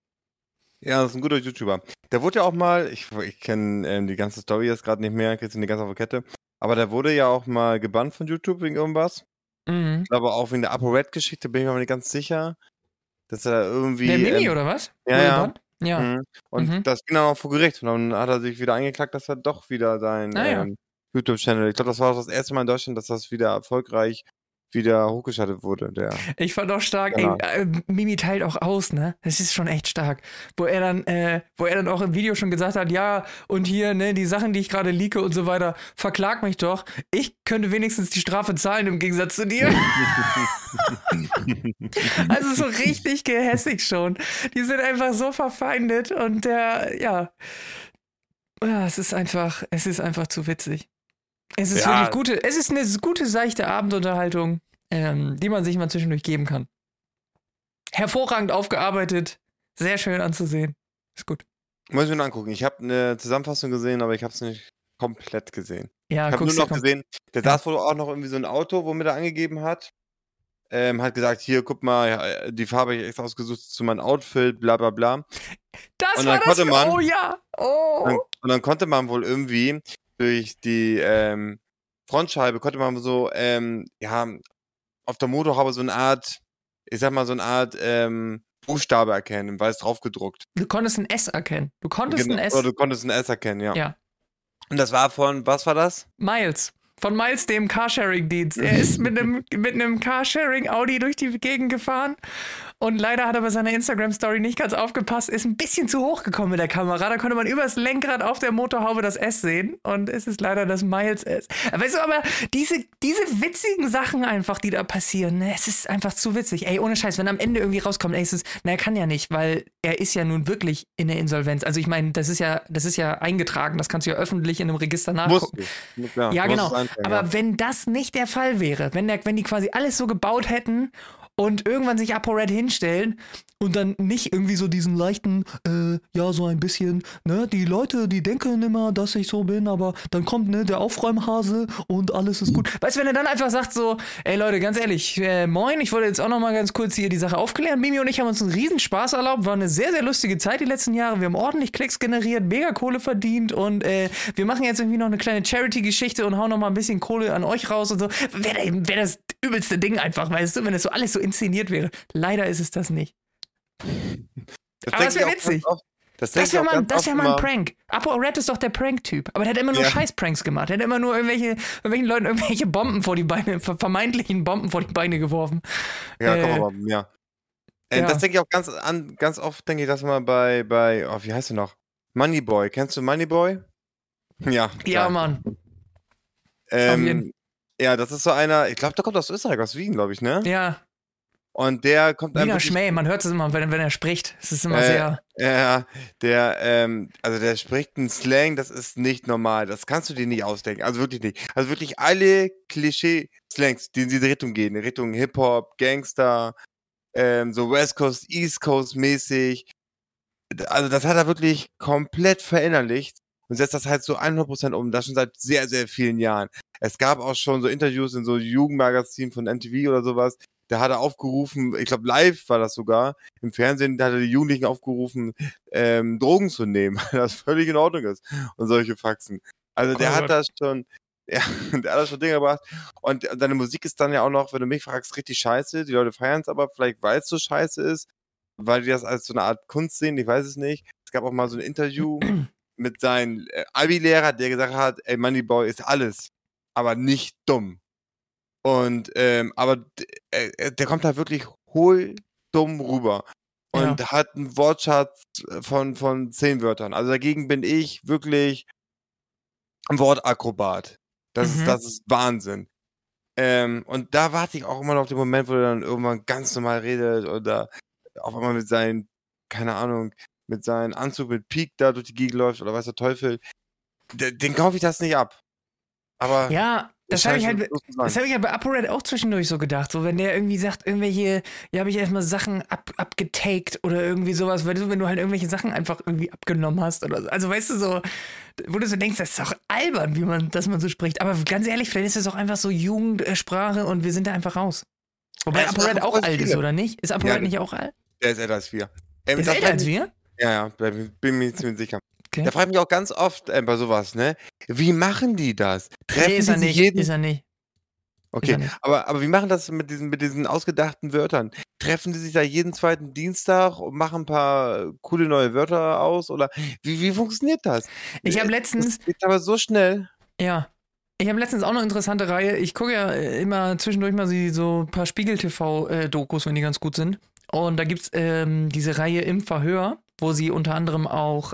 Ja, das ist ein guter YouTuber. Der wurde ja auch mal, ich kenne die ganze Story jetzt gerade nicht mehr, kriegst du die ganze auf der Kette. Aber der wurde ja auch mal gebannt von YouTube wegen irgendwas.
Mhm.
Ich glaube auch wegen der ApoRed-Geschichte, bin ich mir aber nicht ganz sicher. Dass er irgendwie.
Der Mini oder was?
Ja.
Ja.
Mhm. Und das ging dann auch vor Gericht. Und dann hat er sich wieder eingeklagt, dass er doch wieder sein YouTube-Channel. Ich glaube, das war das erste Mal in Deutschland, dass das wieder erfolgreich wieder hochgeschaltet wurde.
Ich fand auch stark, Mimi teilt auch aus, ne? Das ist schon echt stark. Wo er dann auch im Video schon gesagt hat, ja, und hier, ne, die Sachen, die ich gerade leake und so weiter, verklag mich doch. Ich könnte wenigstens die Strafe zahlen im Gegensatz zu dir. Also so richtig gehässig schon. Die sind einfach so verfeindet und es ist einfach zu witzig. Es ist wirklich es ist eine gute, seichte Abendunterhaltung, die man sich mal zwischendurch geben kann. Hervorragend aufgearbeitet, sehr schön anzusehen. Ist gut.
Muss ich mir nur angucken. Ich habe eine Zusammenfassung gesehen, aber ich habe es nicht komplett gesehen.
Ja,
ich habe nur noch gesehen, der saß wohl auch noch irgendwie so ein Auto, womit er angegeben hat. Hat gesagt, hier, guck mal, die Farbe habe ich extra ausgesucht zu meinem Outfit, bla bla bla.
Das war das, oh ja, oh.
Und dann konnte man wohl irgendwie durch die Frontscheibe, konnte man so, auf der Motorhaube so eine Art, Buchstabe erkennen, weil es drauf gedruckt.
Du konntest ein S erkennen.
Oder du konntest ein S erkennen, ja.
Ja.
Und das war von, was war das?
Miles. Von Miles, dem Carsharing-Dienst. Er ist mit einem Carsharing-Audi durch die Gegend gefahren und leider hat er bei seiner Instagram-Story nicht ganz aufgepasst, ist ein bisschen zu hoch gekommen mit der Kamera. Da konnte man übers Lenkrad auf der Motorhaube das S sehen und es ist leider das Miles S. Weißt du, aber diese witzigen Sachen einfach, die da passieren, ne, es ist einfach zu witzig. Ey, ohne Scheiß, wenn am Ende irgendwie rauskommt, ey, er kann ja nicht, weil er ist ja nun wirklich in der Insolvenz. Also ich meine, das ist ja eingetragen, das kannst du ja öffentlich in einem Register nachgucken. Ja, genau. Aber wenn das nicht der Fall wäre, wenn die quasi alles so gebaut hätten und irgendwann sich ApoRed hinstellen und dann nicht irgendwie so diesen leichten, so ein bisschen, ne, die Leute, die denken immer, dass ich so bin, aber dann kommt, ne, der Aufräumhase und alles ist gut. Weißt du, wenn er dann einfach sagt so, ey Leute, ganz ehrlich, moin, ich wollte jetzt auch noch mal ganz kurz hier die Sache aufklären. Mimi und ich haben uns einen riesen Spaß erlaubt, war eine sehr, sehr lustige Zeit die letzten Jahre. Wir haben ordentlich Klicks generiert, mega Kohle verdient und wir machen jetzt irgendwie noch eine kleine Charity-Geschichte und hauen noch mal ein bisschen Kohle an euch raus und so. Wäre das übelste Ding einfach, weißt du, wenn das so alles so inszeniert wäre. Leider ist es das nicht. Aber das wäre witzig. Das wäre mal ein Prank. ApoRed ist doch der Prank-Typ. Aber der hat immer nur Scheiß-Pranks gemacht. Der hat immer nur irgendwelchen Leuten irgendwelche Bomben vor die Beine, vermeintlichen Bomben vor die Beine geworfen.
Ja, komm aber, ja. Das denke ich auch ganz oft, denke ich das mal bei wie heißt du noch? Moneyboy. Kennst du Moneyboy? Ja. Klar.
Ja, Mann.
Ja, das ist so einer, ich glaube, der kommt aus Österreich, aus Wien, glaube ich, ne?
Ja.
Und der kommt
einfach. Wiener Schmäh, man hört es immer, wenn er spricht. Es ist immer sehr.
Ja, der spricht einen Slang, das ist nicht normal. Das kannst du dir nicht ausdenken. Also wirklich nicht. Also wirklich alle Klischee-Slangs, die in diese Richtung gehen, in Richtung Hip-Hop, Gangster, so West Coast, East Coast mäßig. Also das hat er wirklich komplett verinnerlicht und setzt das halt so 100% um. Das schon seit sehr, sehr vielen Jahren. Es gab auch schon so Interviews in so Jugendmagazinen von MTV oder sowas. Da hat er aufgerufen, ich glaube live war das sogar, im Fernsehen, da hat er die Jugendlichen aufgerufen, Drogen zu nehmen, weil das völlig in Ordnung ist. Und solche Faxen. Also der hat das schon, der hat das schon Dinge gebracht. Und seine Musik ist dann ja auch noch, wenn du mich fragst, richtig scheiße. Die Leute feiern es aber vielleicht, weil es so scheiße ist, weil die das als so eine Art Kunst sehen, ich weiß es nicht. Es gab auch mal so ein Interview mit seinem Abi-Lehrer, der gesagt hat, ey, Moneyboy ist alles, aber nicht dumm. Und, aber der kommt da wirklich hohl dumm rüber und hat einen Wortschatz von 10 Wörtern. Also dagegen bin ich wirklich ein Wortakrobat. Das ist Wahnsinn. Und da warte ich auch immer noch auf den Moment, wo er dann irgendwann ganz normal redet oder auf einmal mit seinen, keine Ahnung, mit seinem Anzug mit Peak da durch die Gegend läuft oder weiß der Teufel. Den kaufe ich das nicht ab. Aber
ja, das habe ich halt bei ApoRed auch zwischendurch so gedacht. So, wenn der irgendwie sagt, irgendwelche, habe ich erstmal Sachen abgetaked oder irgendwie sowas, weil du, wenn du halt irgendwelche Sachen einfach irgendwie abgenommen hast oder so. Also weißt du so, wo du so denkst, das ist doch albern, dass man so spricht. Aber ganz ehrlich, vielleicht ist das auch einfach so Jugendsprache und wir sind da einfach raus. Wobei ApoRed auch alt ist, oder nicht? Ist ApoRed nicht auch alt?
Der ist älter als wir.
Der ist älter als wir?
Ja, bin mir ziemlich sicher. Okay. Da frage ich mich auch ganz oft bei sowas, ne? Wie machen die das?
Ist er nicht.
Okay, aber wie machen das mit diesen ausgedachten Wörtern? Treffen die sich da jeden zweiten Dienstag und machen ein paar coole neue Wörter aus? Oder wie funktioniert das?
Ich habe letztens...
Das geht aber so schnell.
Ja. Ich habe letztens auch eine interessante Reihe. Ich gucke ja immer zwischendurch mal so ein paar Spiegel-TV-Dokus, wenn die ganz gut sind. Und da gibt's diese Reihe Im Verhör, wo sie unter anderem auch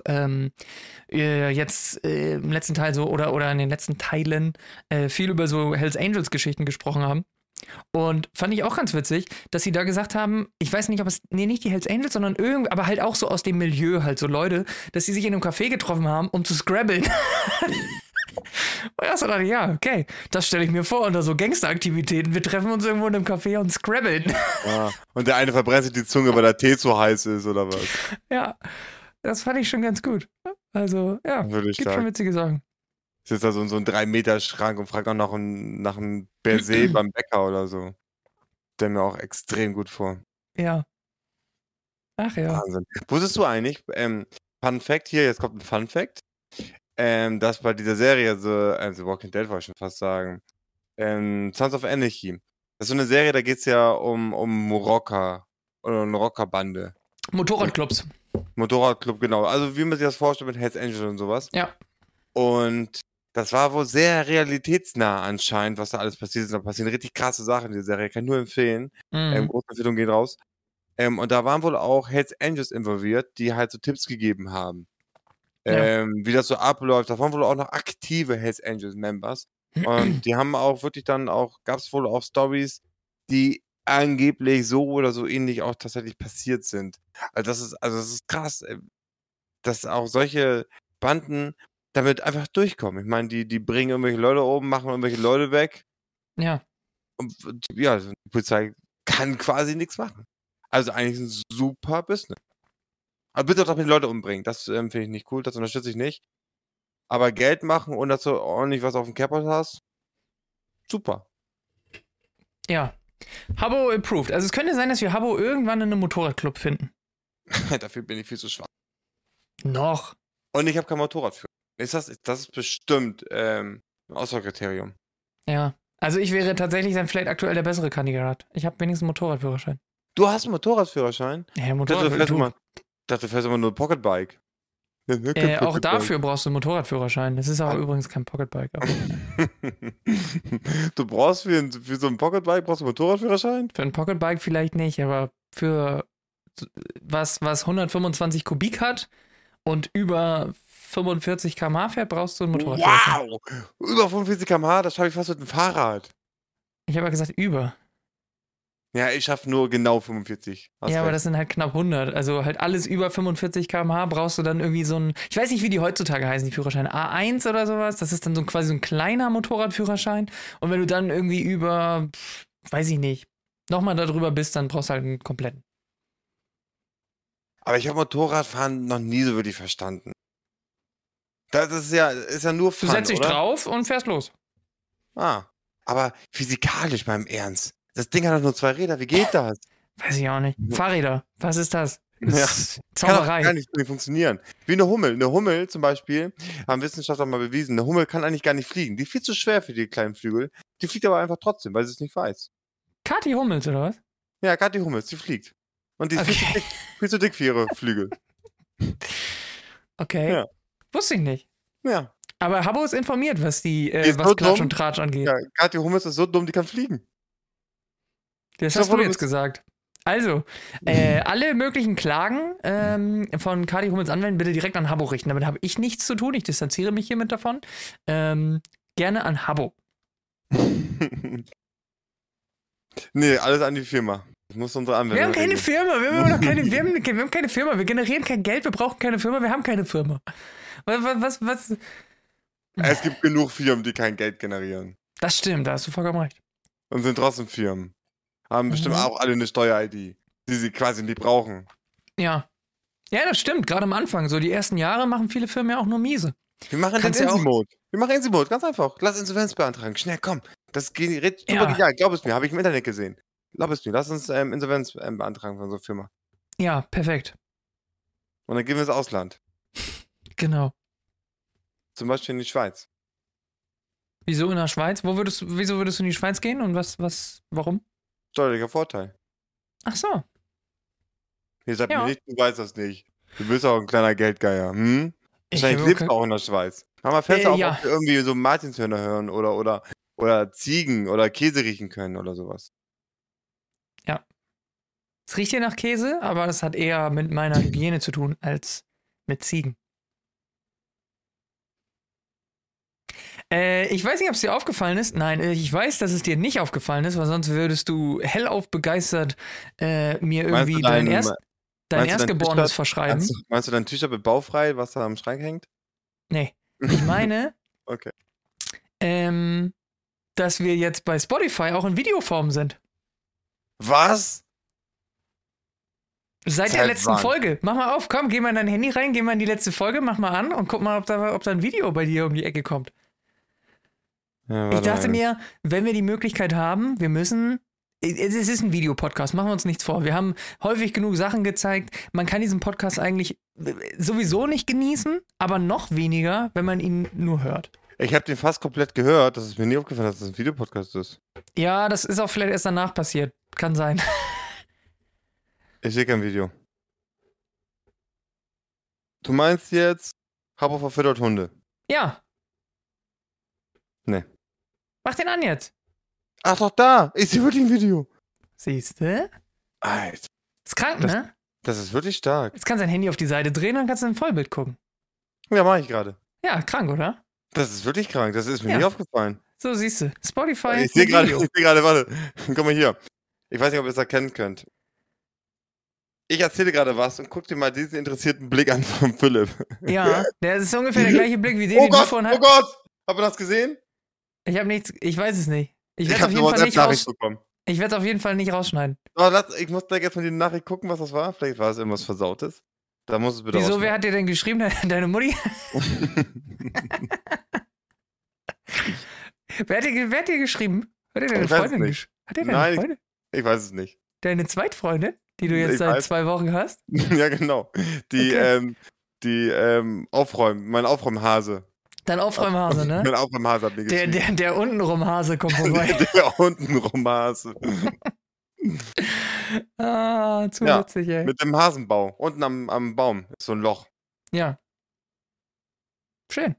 jetzt im letzten Teil so oder in den letzten Teilen viel über so Hells Angels Geschichten gesprochen haben. Und fand ich auch ganz witzig, dass sie da gesagt haben, ich weiß nicht, ob es, nicht die Hells Angels, sondern irgendwie, aber halt auch so aus dem Milieu halt so Leute, dass sie sich in einem Café getroffen haben, um zu scrabbeln. Und erst dachte ich, ja, okay, das stelle ich mir vor unter so Gangsteraktivitäten. Wir treffen uns irgendwo in einem Café und scrabbeln.
Ja. Und der eine verbrennt sich die Zunge, weil der Tee zu heiß ist, oder was?
Ja, das fand ich schon ganz gut. Also, ja,
Würde ich
gibt schon
sagen.
witzige Sachen.
Sitzt da so in so einem 3-Meter-Schrank und fragt auch nach einem Baiser beim Bäcker oder so. Stell mir auch extrem gut vor.
Ja. Ach ja.
Wahnsinn. Wusstest du eigentlich, Fun Fact hier, jetzt kommt ein Fun Fact, dass bei dieser Serie, The Walking Dead wollte ich schon fast sagen, Sons of Anarchy, das ist so eine Serie, da geht es ja um Rocker oder eine Rockerbande.
Motorradclubs.
Motorradclub, genau. Also wie man sich das vorstellt mit Hells Angels und sowas.
Ja.
Und das war wohl sehr realitätsnah anscheinend, was da alles passiert ist. Da passieren richtig krasse Sachen in der Serie. Kann ich nur empfehlen. Große Empfehlung geht raus. Und da waren wohl auch Hells Angels involviert, die halt so Tipps gegeben haben. Wie das so abläuft. Da waren wohl auch noch aktive Hells Angels Members. Und die haben auch wirklich dann auch, gab es wohl auch Stories, die angeblich so oder so ähnlich auch tatsächlich passiert sind. Also das ist krass, dass auch solche Banden damit einfach durchkommen. Ich meine, die bringen irgendwelche Leute oben, machen irgendwelche Leute weg.
Ja.
Und ja, die Polizei kann quasi nichts machen. Also eigentlich ein super Business. Aber bitte doch mit den Leute umbringen. Das finde ich nicht cool, das unterstütze ich nicht. Aber Geld machen und dass du ordentlich was auf dem Kerbholz hast, super.
Ja. Habbo approved. Also es könnte sein, dass wir Habbo irgendwann in einem Motorradclub finden.
Dafür bin ich viel zu schwach.
Noch.
Und ich habe kein Motorradführer. Das ist bestimmt ein Auswahlkriterium.
Ja. Also ich wäre tatsächlich dann vielleicht aktuell der bessere Kandidat. Ich habe wenigstens einen Motorradführerschein.
Du hast einen Motorradführerschein?
Ja, Motorradführerschein.
Ich dachte, du fährst immer nur Pocketbike.
Auch dafür brauchst du einen Motorradführerschein. Das ist aber übrigens kein Pocketbike.
Du brauchst für so ein Pocketbike brauchst du einen Motorradführerschein?
Für ein Pocketbike vielleicht nicht, aber für was 125 Kubik hat und über 45 km/h fährt, brauchst du einen Motorradführerschein.
Wow! Über 45 km/h, das schaffe ich fast mit dem Fahrrad.
Ich habe ja gesagt über.
Ja, ich schaffe nur genau 45.
Ja, aber das sind halt knapp 100. Also halt alles über 45 km/h brauchst du dann irgendwie so ein, ich weiß nicht, wie die heutzutage heißen, die Führerscheine, A1 oder sowas. Das ist dann so quasi so ein kleiner Motorradführerschein. Und wenn du dann irgendwie über, weiß ich nicht, nochmal darüber bist, dann brauchst du halt einen kompletten.
Aber ich habe Motorradfahren noch nie so wirklich verstanden. Das ist ja nur Fun,
Du setzt dich
oder?
drauf und fährst los.
Ah, aber physikalisch beim Ernst. Das Ding hat doch nur 2 Räder, wie geht das?
Weiß ich auch nicht. Fahrräder, was ist das? Das ist
Kann
Zauberei.
doch gar nicht funktionieren. Wie eine Hummel. Eine Hummel zum Beispiel, haben Wissenschaftler mal bewiesen, eine Hummel kann eigentlich gar nicht fliegen. Die ist viel zu schwer für die kleinen Flügel. Die fliegt aber einfach trotzdem, weil sie es nicht weiß.
Kathi Hummels, oder was?
Ja, gerade die Hummel, die fliegt. Und die ist viel zu dick für ihre Flügel.
Okay.
Ja.
Wusste ich nicht.
Ja.
Aber Habbo ist informiert, was
ist
was
so
Klatsch
dumm.
und Tratsch angeht.
Ja, gerade die Hummel ist so dumm, die kann fliegen.
Das
Stell
hast
dir vor,
du
du
jetzt gesagt. Also, alle möglichen Klagen von Kathi Hummels Anwälten bitte direkt an Habbo richten. Damit habe ich nichts zu tun. Ich distanziere mich hiermit davon. Gerne an Habbo.
Nee, alles an die Firma. Das muss unsere Anwälte
Wir haben keine
regeln.
Firma. Wir haben keine Firma. Wir generieren kein Geld. Wir brauchen keine Firma. Wir haben keine Firma. Was?
Es gibt genug Firmen, die kein Geld generieren.
Das stimmt. Da hast du vollkommen recht.
Und sind trotzdem Firmen. Haben bestimmt auch alle eine Steuer-ID, die sie quasi nicht brauchen.
Ja. Ja, das stimmt. Gerade am Anfang. So die ersten Jahre machen viele Firmen ja auch nur miese.
Wir machen den Insi-Mode. Wir machen Insi-Mode, ganz einfach. Lass Insolvenz beantragen. Schnell, komm. Das geht super genial. Glaub es mir, habe ich im Internet gesehen. Glaub es mir. Lass uns Insolvenz beantragen von so einer Firma.
Ja, perfekt.
Und dann gehen wir ins Ausland.
Genau.
Zum Beispiel in die Schweiz.
Wieso in der Schweiz? Wieso würdest du in die Schweiz gehen und warum?
Steuerlicher Vorteil.
Ach so.
Ihr sagt mir nicht, du weißt das nicht. Du bist auch ein kleiner Geldgeier. Wahrscheinlich lebst du auch in der Schweiz. Mach mal fest, ob wir irgendwie so Martinshörner hören oder Ziegen oder Käse riechen können oder sowas.
Ja. Es riecht hier nach Käse, aber das hat eher mit meiner Hygiene zu tun als mit Ziegen. Ich weiß nicht, ob es dir aufgefallen ist. Nein, ich weiß, dass es dir nicht aufgefallen ist, weil sonst würdest du hellauf begeistert mir irgendwie dein Erstgeborenes verschreiben.
Meinst du dein T-Shirt mit Baufrei, was da am Schrank hängt?
Nee. Ich meine,
okay.
dass wir jetzt bei Spotify auch in Videoform sind.
Was?
Seit der letzten Folge. Mach mal auf, komm, geh mal in dein Handy rein, geh mal in die letzte Folge, mach mal an und guck mal, ob da ein Video bei dir um die Ecke kommt. Ja, ich dachte mir, wenn wir die Möglichkeit haben, wir müssen. Es ist ein Videopodcast, machen wir uns nichts vor. Wir haben häufig genug Sachen gezeigt. Man kann diesen Podcast eigentlich sowieso nicht genießen, aber noch weniger, wenn man ihn nur hört.
Ich habe den fast komplett gehört, dass es mir nie aufgefallen ist, dass es ein Videopodcast ist.
Ja, das ist auch vielleicht erst danach passiert. Kann sein.
Ich sehe kein Video. Du meinst jetzt, Habbo verfüttert Hunde?
Ja.
Nee.
Mach den an jetzt.
Ach doch, da! Ich sehe wirklich ein Video.
Siehste?
Alter.
Ist krank, ne?
Das ist wirklich stark.
Jetzt kannst du dein Handy auf die Seite drehen und dann kannst du ein Vollbild gucken.
Ja, mache ich gerade.
Ja, krank, oder?
Das ist wirklich krank. Das ist mir nie aufgefallen.
So, siehst du. Spotify.
Ich sehe gerade, warte. Guck mal hier. Ich weiß nicht, ob ihr es erkennen könnt. Ich erzähle gerade was und guck dir mal diesen interessierten Blick an von Philipp.
Ja, der ist ungefähr der gleiche Blick wie den, den du vorhin hast.
Oh Gott! Habt ihr das gesehen?
Ich habe nichts, ich weiß es nicht. Ich
habe eine WhatsApp-Nachricht bekommen.
Ich werde es auf jeden Fall nicht rausschneiden.
Oh, ich muss gleich erstmal die Nachricht gucken, was das war. Vielleicht war es irgendwas Versautes. Da muss es bitte
Wieso, wer hat dir denn geschrieben? Deine Mutti? wer hat dir geschrieben? Hat dir deine Freundin geschrieben? Hat dir deine Freundin?
Ich weiß es nicht.
Deine Zweitfreundin, die du jetzt seit 2 Wochen hast?
Ja, genau. Die Aufräumen, mein Aufräumhase.
Dein Aufräumhase, ne?
Mein Aufräumhase hat mir geschrieben.
Der untenrum Hase kommt vorbei.
Der untenrum Hase.
Zu witzig, ey.
Mit dem Hasenbau. Unten am Baum ist so ein Loch.
Ja. Schön.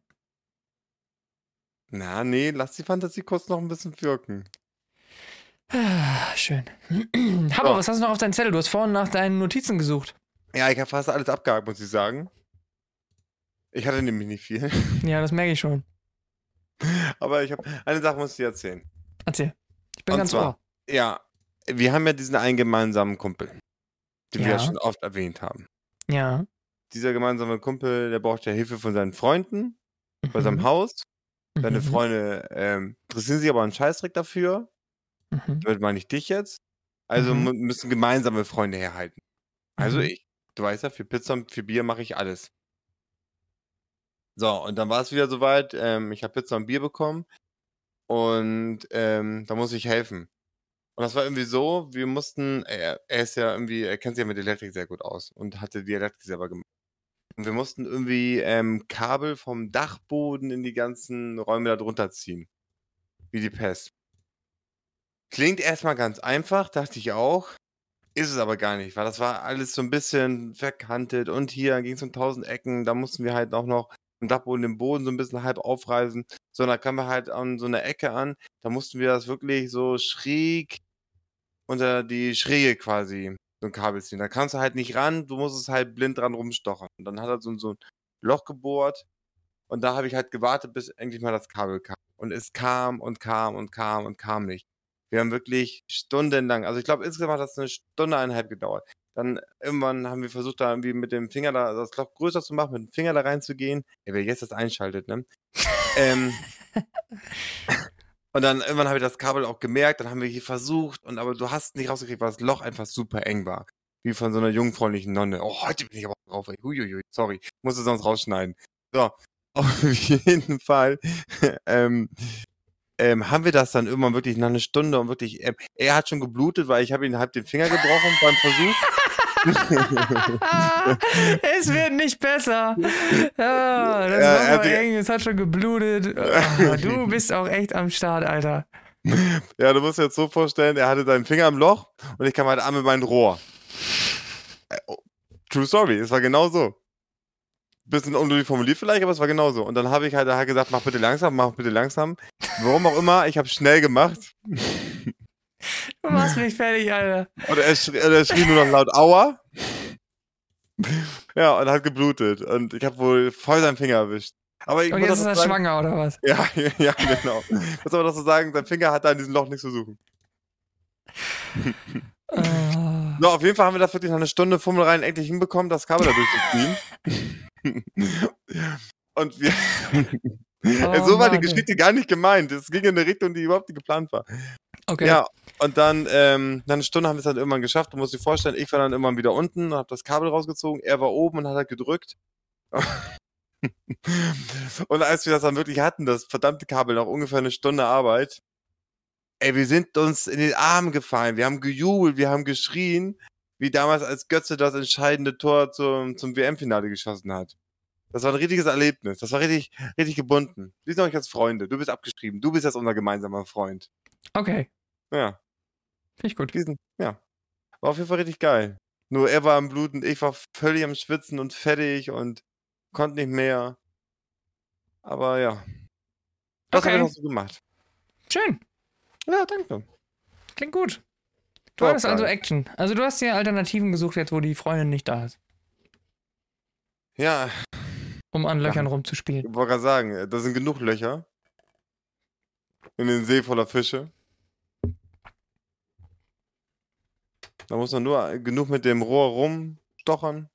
Na, nee, lass die Fantasie kurz noch ein bisschen wirken.
Schön. Habbo, was hast du noch auf deinem Zettel? Du hast vorhin nach deinen Notizen gesucht.
Ja, ich habe fast alles abgehakt, muss ich sagen. Ich hatte nämlich nicht viel.
Ja, das merke ich schon.
Aber eine Sache muss ich dir erzählen.
Erzähl. Ich bin ganz ohr.
Ja, wir haben ja diesen einen gemeinsamen Kumpel, den wir ja schon oft erwähnt haben.
Ja.
Dieser gemeinsame Kumpel, der braucht ja Hilfe von seinen Freunden bei seinem Haus. Seine Freunde interessieren sich aber einen Scheißdreck dafür. Damit meine ich dich jetzt. Also müssen gemeinsame Freunde herhalten. Also ich. Du weißt ja, für Pizza und für Bier mache ich alles. So, und dann war es wieder soweit. Ich habe Pizza und Bier bekommen. Und da muss ich helfen. Und das war irgendwie so, wir mussten, er ist ja irgendwie, er kennt sich ja mit Elektrik sehr gut aus und hatte die Elektrik selber gemacht. Und wir mussten irgendwie Kabel vom Dachboden in die ganzen Räume da drunter ziehen. Wie die Pest. Klingt erstmal ganz einfach, dachte ich auch. Ist es aber gar nicht, weil das war alles so ein bisschen verkantet und hier ging es um 1000 Ecken. Da mussten wir halt auch noch im Dachboden den Boden so ein bisschen halb aufreißen. So, da kamen wir halt an so eine Ecke an. Da mussten wir das wirklich so schräg unter die Schräge quasi so ein Kabel ziehen. Da kannst du halt nicht ran, du musst es halt blind dran rumstochern. Und dann hat er so ein Loch gebohrt und da habe ich halt gewartet, bis endlich mal das Kabel kam. Und es kam und kam und kam und kam nicht. Wir haben wirklich stundenlang, also ich glaube insgesamt hat das 1,5 Stunden gedauert. Dann irgendwann haben wir versucht, da irgendwie mit dem Finger da das Loch größer zu machen, mit dem Finger da reinzugehen. Ja, wer jetzt das einschaltet, ne? Und dann irgendwann habe ich das Kabel auch gemerkt, dann haben wir hier versucht, aber du hast nicht rausgekriegt, weil das Loch einfach super eng war. Wie von so einer jungfräulichen Nonne. Oh, heute bin ich aber drauf, ey. Huiuiui, sorry. Musste sonst rausschneiden. So, auf jeden Fall haben wir das dann irgendwann wirklich nach 1 Stunde und wirklich, er hat schon geblutet, weil ich habe ihn halb den Finger gebrochen beim Versuch.
Es wird nicht besser. Ja, das war mal eng, es hat schon geblutet. Oh, du bist auch echt am Start, Alter.
Ja, du musst dir jetzt so vorstellen, er hatte seinen Finger im Loch und ich kam halt an mit meinem Rohr. True story, es war genau so. Bisschen unglücklich formuliert vielleicht, aber es war genau so. Und dann habe ich halt gesagt, mach bitte langsam. Warum auch immer, ich habe schnell gemacht.
Du machst mich fertig, Alter.
Und er schrie nur noch laut Aua. Ja, und hat geblutet. Und ich habe wohl voll seinen Finger erwischt. Aber
und jetzt ist er schwanger, oder was?
Ja, genau. Ich muss aber doch so sagen, sein Finger hat da in diesem Loch nichts zu suchen. So, auf jeden Fall haben wir das wirklich nach 1 Stunde Fummelreien endlich hinbekommen, das Kabel da durchzuziehen. Und
Oh,
So war die
Mann, ey.
Geschichte gar nicht gemeint. Es ging in eine Richtung, die überhaupt nicht geplant war.
Okay.
Ja, und dann, nach einer Stunde haben wir es dann irgendwann geschafft. Du musst dir vorstellen, ich war dann irgendwann wieder unten und habe das Kabel rausgezogen. Er war oben und hat halt gedrückt. Und als wir das dann wirklich hatten, das verdammte Kabel, nach ungefähr eine Stunde Arbeit, ey, wir sind uns in den Arm gefallen. Wir haben gejubelt, wir haben geschrien, wie damals, als Götze das entscheidende Tor zum WM-Finale geschossen hat. Das war ein richtiges Erlebnis. Das war richtig, richtig gebunden. Wir sind euch als Freunde. Du bist abgeschrieben. Du bist jetzt unser gemeinsamer Freund.
Okay.
Ja.
Finde ich gut.
Ja. War auf jeden Fall richtig geil. Nur er war am Bluten, ich war völlig am Schwitzen und fertig und konnte nicht mehr. Aber ja. Was habe ich noch so gemacht?
Schön.
Ja, danke.
Klingt gut. Du
Top,
hattest also
geil.
Action. Also du hast dir Alternativen gesucht jetzt, wo die Freundin nicht da ist,
Ja,
um an Löchern rumzuspielen.
ich wollte gerade sagen, da sind genug Löcher in den See voller Fische. Da muss man nur genug mit dem Rohr rumstochern.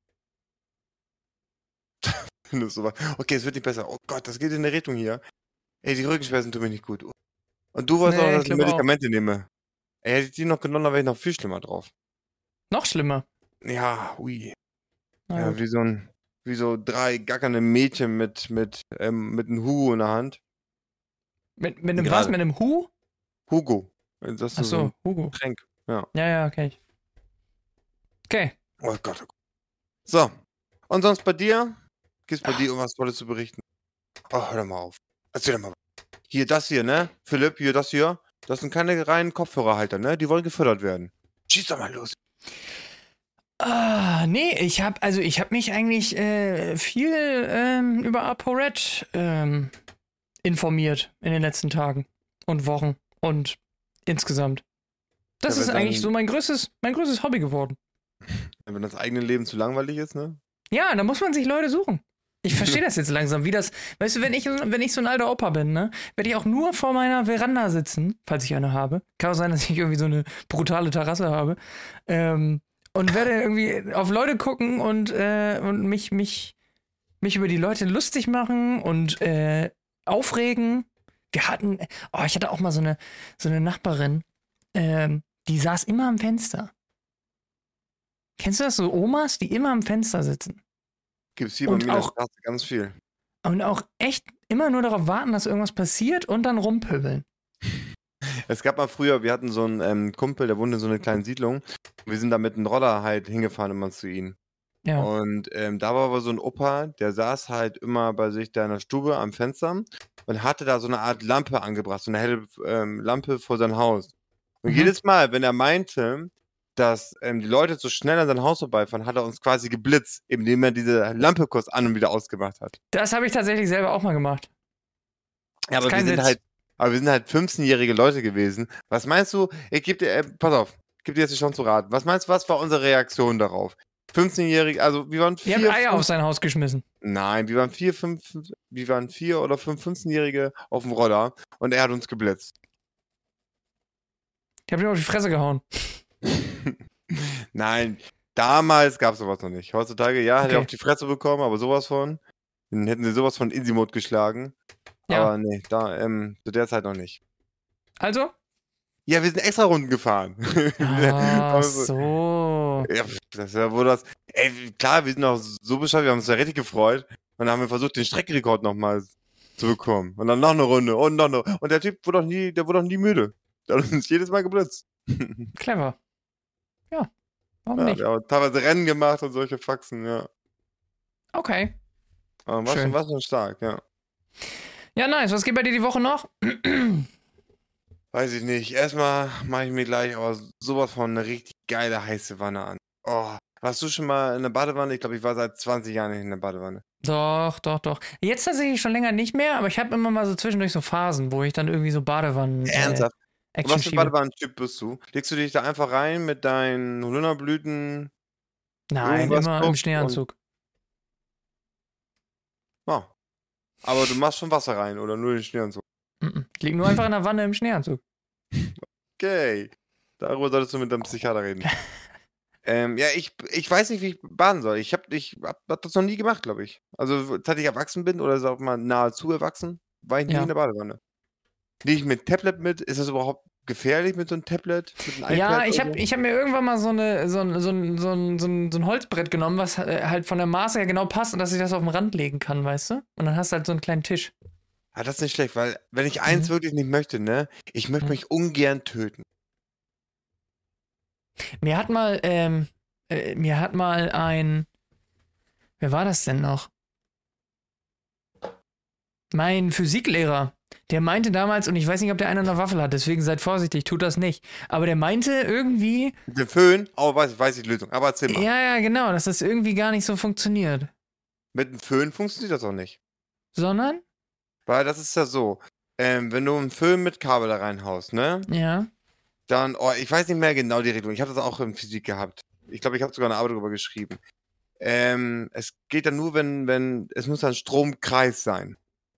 Wenn du so weit- Okay, es wird nicht besser. Oh Gott, das geht in eine Richtung hier. Ey, die Rückenschmerzen tun mir nicht gut. Und du wolltest auch,
Nee,
dass
ich
ich
glaube auch.
Medikamente nehme. Ey, hätte ich die noch genommen, dann wäre ich noch viel schlimmer drauf.
Noch schlimmer.
Ja, ui.
Na
Ja,
gut.
wie so 3 gackernde Mädchen mit einem Hugo in der Hand.
Mit einem was?
Gerade.
Mit einem Hu?
Hugo. Das ist
Ach
so ein
so, Hugo.
Getränk. Ja.
Ja, okay. Okay.
Oh Gott, oh Gott. So. Und sonst bei dir? Gibt's bei dir irgendwas Tolles zu berichten? Oh, hör doch mal auf. Erzähl doch mal. Hier, das hier, ne? Philipp, hier, das hier. Das sind keine reinen Kopfhörerhalter, ne? Die wollen gefördert werden. Schieß doch mal los.
Nee, ich hab mich eigentlich viel über ApoRed informiert in den letzten Tagen und Wochen und insgesamt. Das
Ja,
ist eigentlich so mein größtes Hobby geworden.
Wenn das eigene Leben zu langweilig ist, ne?
Ja, da muss man sich Leute suchen. Ich verstehe das jetzt langsam, wie das, weißt du, wenn ich so ein alter Opa bin, ne, werde ich auch nur vor meiner Veranda sitzen, falls ich eine habe. Kann auch sein, dass ich irgendwie so eine brutale Terrasse habe. Und werde irgendwie auf Leute gucken und mich über die Leute lustig machen und aufregen. Ich hatte auch mal so eine Nachbarin, die saß immer am Fenster. Kennst du das, so Omas, die immer am Fenster sitzen?
Gibt's hier
Und
bei mir in der
auch-
Straße ganz viel.
Und auch echt immer nur darauf warten, dass irgendwas passiert und dann rumpöbeln.
Es gab mal früher, wir hatten so einen Kumpel, der wohnte in so einer kleinen Siedlung. Wir sind da mit einem Roller halt hingefahren immer zu ihm.
Ja.
Und da war aber so ein Opa, der saß halt immer bei sich da in der Stube am Fenster und hatte da so eine Art Lampe angebracht, so eine helle Lampe vor sein Haus. Und
Mhm.
jedes Mal, wenn er meinte, dass die Leute so schnell an sein Haus vorbeifahren, hat er uns quasi geblitzt, indem er diese Lampe kurz an und wieder ausgemacht hat.
Das habe ich tatsächlich selber auch mal gemacht.
Ja,
Ist
aber
kein Witz.
wir sind halt 15-jährige Leute gewesen. Was meinst du? Ich geb dir, pass auf, gib dir jetzt die Chance zu raten. Was meinst du, was war unsere Reaktion darauf? 15-jährige, also wir waren
Ihr habt Eier auf sein Haus geschmissen.
Nein, wir waren 4 oder 5 15-Jährige auf dem Roller und er hat uns geblitzt.
Ich hab ihm auf die Fresse gehauen.
Nein, damals gab es sowas noch nicht. Heutzutage, ja, hätte er
Okay.
auf die Fresse bekommen, aber sowas von. Dann hätten sie sowas von Insimot geschlagen.
Ja.
Aber nee, zu der Zeit noch nicht.
Also?
Ja, wir sind extra Runden gefahren.
Ach so.
Ja, das ist ja wohl das. Ey, klar, wir sind auch so bescheuert, wir haben uns ja richtig gefreut. Und dann haben wir versucht, den Streckenrekord nochmal zu bekommen. Und dann noch eine Runde und noch eine. Und der Typ wurde auch nie müde. Der hat uns jedes Mal geblitzt.
Clever. Ja. Warum
Ja,
nicht?
der hat teilweise Rennen gemacht und solche Faxen, ja.
Okay.
Aber war
Schön.
schon stark, ja.
Ja, nice. Was geht bei dir die Woche noch?
Weiß ich nicht. Erstmal mache ich mir gleich aber sowas von eine richtig geile heiße Wanne an. Oh, warst du schon mal in der Badewanne? Ich glaube, ich war seit 20 Jahren nicht in der Badewanne.
Doch. Jetzt tatsächlich schon länger nicht mehr, aber ich habe immer mal so zwischendurch so Phasen, wo ich dann irgendwie so Badewannen
Ernsthaft?
Action
Was für ein
schiebe.
Badewannentyp bist du? Legst du dich da einfach rein mit deinen Holunderblüten?
Nein,
irgendwas
immer im
Duft
Schneeanzug.
Ja. Aber du machst schon Wasser rein oder nur den Schneeanzug?
Ich lieg nur einfach in der Wanne im Schneeanzug.
Okay. Darüber solltest du mit deinem Psychiater reden. Ja, ich weiß nicht, wie ich baden soll. Ich hab das noch nie gemacht, glaube ich. Also, seit ich erwachsen bin oder sag mal nahezu erwachsen, war ich nie in
Ja.
der Badewanne. Liege ich mit Tablet mit? Ist das überhaupt gefährlich mit so 'nem Tablet, mit 'nem
Ja,
iPad
ich
oder
hab,
so?
ich hab mir irgendwann mal so ein Holzbrett genommen, was halt von der Maße her genau passt und dass ich das auf den Rand legen kann, weißt du? Und dann hast du halt so einen kleinen Tisch.
Ah, das ist nicht schlecht, weil wenn ich eins
Mhm.
wirklich nicht möchte, ne, ich möchte
Mhm.
mich ungern töten.
Mir hat mal, wer war das denn noch? Mein Physiklehrer, der meinte damals, und ich weiß nicht, ob der eine noch Waffel hat, deswegen seid vorsichtig, tut das nicht. Aber der meinte irgendwie,
Mit dem Föhn, oh, weiß ich die Lösung, aber erzähl mal.
ja, genau, dass das irgendwie gar nicht so funktioniert.
Mit 'm Föhn funktioniert das auch nicht.
Sondern,
Weil das ist ja so, wenn du 'n Föhn mit Kabel da reinhaust, ne,
ja,
dann ich weiß nicht mehr genau die Regelung. Ich habe das auch in Physik gehabt. Ich glaube, ich habe sogar 'ne Arbeit darüber geschrieben. Es geht dann nur, wenn es muss ein Stromkreis sein.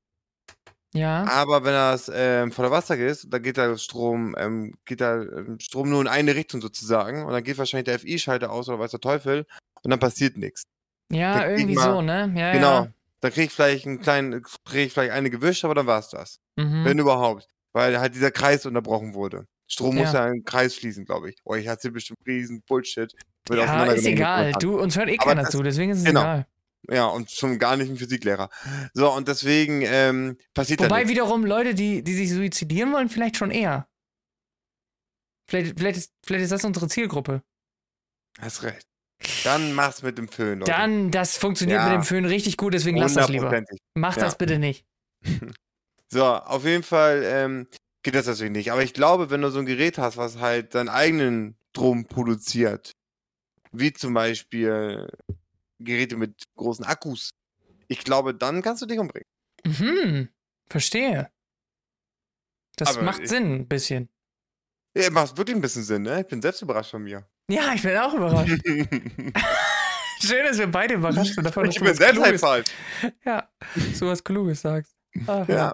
ja,
Aber wenn das, voller Wasser ist, dann geht da Strom nur in eine Richtung sozusagen und dann geht wahrscheinlich der FI-Schalter aus oder weiß der Teufel und dann passiert nix. Dann
ja,
kriege ich
irgendwie
mal
so, ne? Ja,
genau,
ja.
dann kriege ich vielleicht eine gewischt, aber dann war's das.
Mhm,
Wenn überhaupt, weil halt dieser Kreis unterbrochen wurde. Strom muss
ja.
ja im Kreis fließen, glaube ich. Oh, ich erzähle bestimmt riesen Bullshit, wird
Ja, ist
auseinandergenommen mit
egal.
Hand.
Du, uns hört eh
Aber
keiner
das
zu, deswegen ist es
genau.
egal.
Ja, und schon gar nicht 'n Physiklehrer. So, und deswegen, passiert da
Wobei
nix.
wiederum Leute, die sich suizidieren wollen, vielleicht schon eher. Vielleicht ist das unsere Zielgruppe.
Hast recht. Dann mach's mit dem Föhn, Leute.
Dann, das funktioniert mit dem
Ja,
Föhn richtig gut, deswegen lass das lieber.
hundertprozentig.
Mach
Ja.
das bitte nicht.
So, auf jeden Fall, geht das natürlich nicht. Aber ich glaube, wenn du so 'n Gerät hast, was halt seinen eigenen Strom produziert, wie zum Beispiel Geräte mit großen Akkus, ich glaube, dann kannst du dich umbringen.
Mhm, verstehe. Das
Aber
macht Sinn, ein bisschen.
ja, macht wirklich 'n bisschen Sinn, ne? Ich bin selbst überrascht von mir.
Ja, ich bin auch überrascht. Schön, dass wir beide überrascht sind davon, dass
Ich
du
bin
was
selbst High
Kluges,
Five.
ja, so was Kluges sagst. Ach,
Ja.
ja.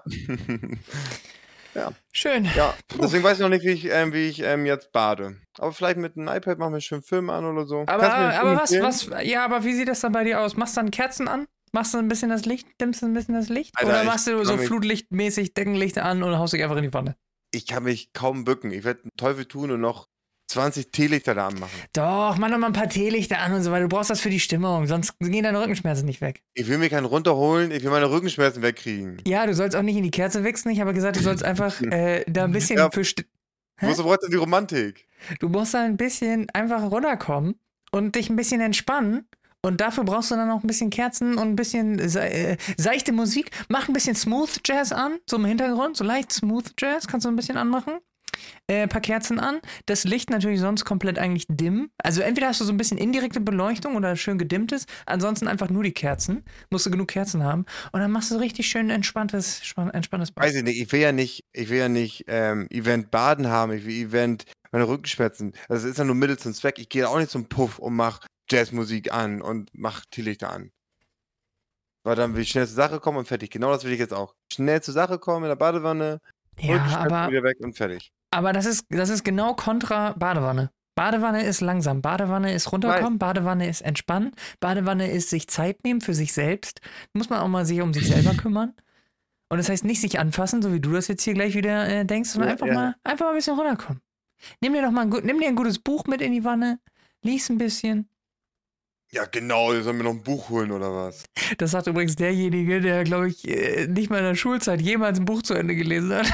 Ja.
Schön.
Ja,
Puh.
deswegen weiß ich noch nicht, wie ich jetzt bade. Aber vielleicht mit 'nem iPad machen wir schön Film an oder so.
Aber,
Kannst du mir 'n Film
aber
empfehlen?
ja, aber wie sieht das dann bei dir aus? Machst du dann Kerzen an? Machst du ein bisschen das Licht? Dimmst du ein bisschen das Licht?
Alter,
Oder machst du so flutlichtmäßig Deckenlicht an und haust dich einfach in die Wanne?
ich kann mich kaum bücken. Ich werde 'n Teufel tun und noch 20 Teelichter da anmachen.
Doch, mach doch mal ein paar Teelichter an und so, weil du brauchst das für die Stimmung, sonst gehen deine Rückenschmerzen nicht weg.
Ich will mir keinen runterholen, ich will meine Rückenschmerzen wegkriegen.
Ja, du sollst auch nicht in die Kerze wichsen. Ich habe gesagt, du sollst einfach da ein bisschen
Ja,
für.
wozu braucht denn die Romantik?
Du musst da ein bisschen einfach runterkommen und dich ein bisschen entspannen. Und dafür brauchst du dann auch ein bisschen Kerzen und ein bisschen seichte Musik. Mach ein bisschen Smooth Jazz an, so im Hintergrund, so leicht Smooth Jazz, kannst du ein bisschen anmachen. Ein paar Kerzen an. Das Licht natürlich sonst komplett eigentlich dimm. Also entweder hast du so ein bisschen indirekte Beleuchtung oder schön gedimmtes, ansonsten einfach nur die Kerzen. Musst du genug Kerzen haben. Und dann machst du richtig schön entspanntes Bad.
Weiß ich nicht, ich will ja nicht, Event Baden haben, ich will Event meine Rückenschmerzen. Also, es ist ja nur Mittel zum Zweck. Ich gehe ja auch nicht zum Puff und mache Jazzmusik an und mache Teelichter an. Weil dann will ich schnell zur Sache kommen und fertig. Genau das will ich jetzt auch. Schnell zur Sache kommen in der Badewanne,
Ja,
Rückenschmerzen wieder weg und fertig.
aber das ist genau kontra Badewanne. Badewanne ist langsam, Badewanne ist runterkommen, Badewanne ist entspannen, Badewanne ist sich Zeit nehmen für sich selbst. Muss man auch mal sich um sich selber kümmern. Und das heißt nicht sich anfassen, so wie du das jetzt hier gleich wieder denkst, sondern
Ja,
einfach mal ein bisschen runterkommen. Nimm dir ein gutes Buch mit in die Wanne, lies ein bisschen.
Ja, genau, ihr sollt mir noch ein Buch holen oder was?
Das sagt übrigens derjenige, der, glaube ich, nicht mal in der Schulzeit jemals ein Buch zu Ende gelesen hat.